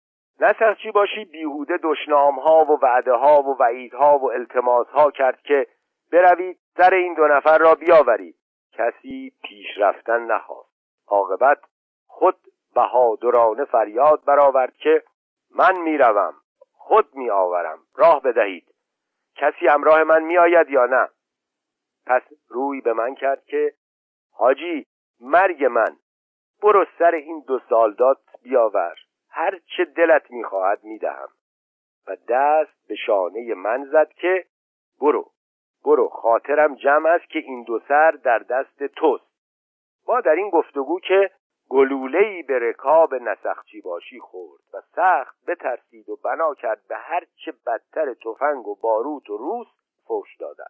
نسخچی باشی بیهوده دشنام‌ها و وعده‌ها و وعیدها و التماس‌ها کرد که بروید سر این دو نفر را بیاورید. کسی پیش رفتن نخواست. عاقبت خود بهادرانه فریاد برآورد که من میروم، خود می آورم، راه بدهید. کسی همراه من می آید یا نه؟ پس روی به من کرد که حاجی مرگ من، برو سر این دو سالدات بیاور، هر چه دلت می خواهد می دهم. و دست به شانه من زد که برو برو خاطرم جمع است که این دو سر در دست توست. ما در این گفتگو که گلوله‌ای به رکاب نسخچی باشی خورد و سخت بترسید و بنا کرد به هر چه بدتر تفنگ و باروت و روس فوش دادن.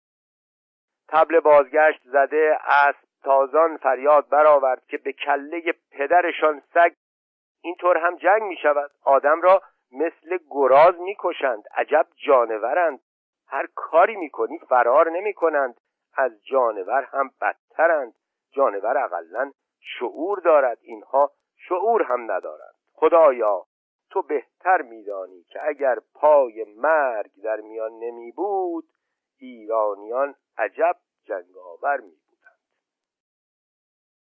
طبل بازگشت زده اسب تازان فریاد برآورد که به کله پدرشان سگ، اینطور هم جنگ می شود؟ آدم را مثل گراز می کشند. عجب جانورند، هر کاری می کنی فرار نمی کنند. از جانور هم بدترند. جانور اقلن شعور دارد، اینها شعور هم ندارند. خدایا تو بهتر می‌دانی که اگر پای مرگ در میان نمی بود ایرانیان عجب جنگاور می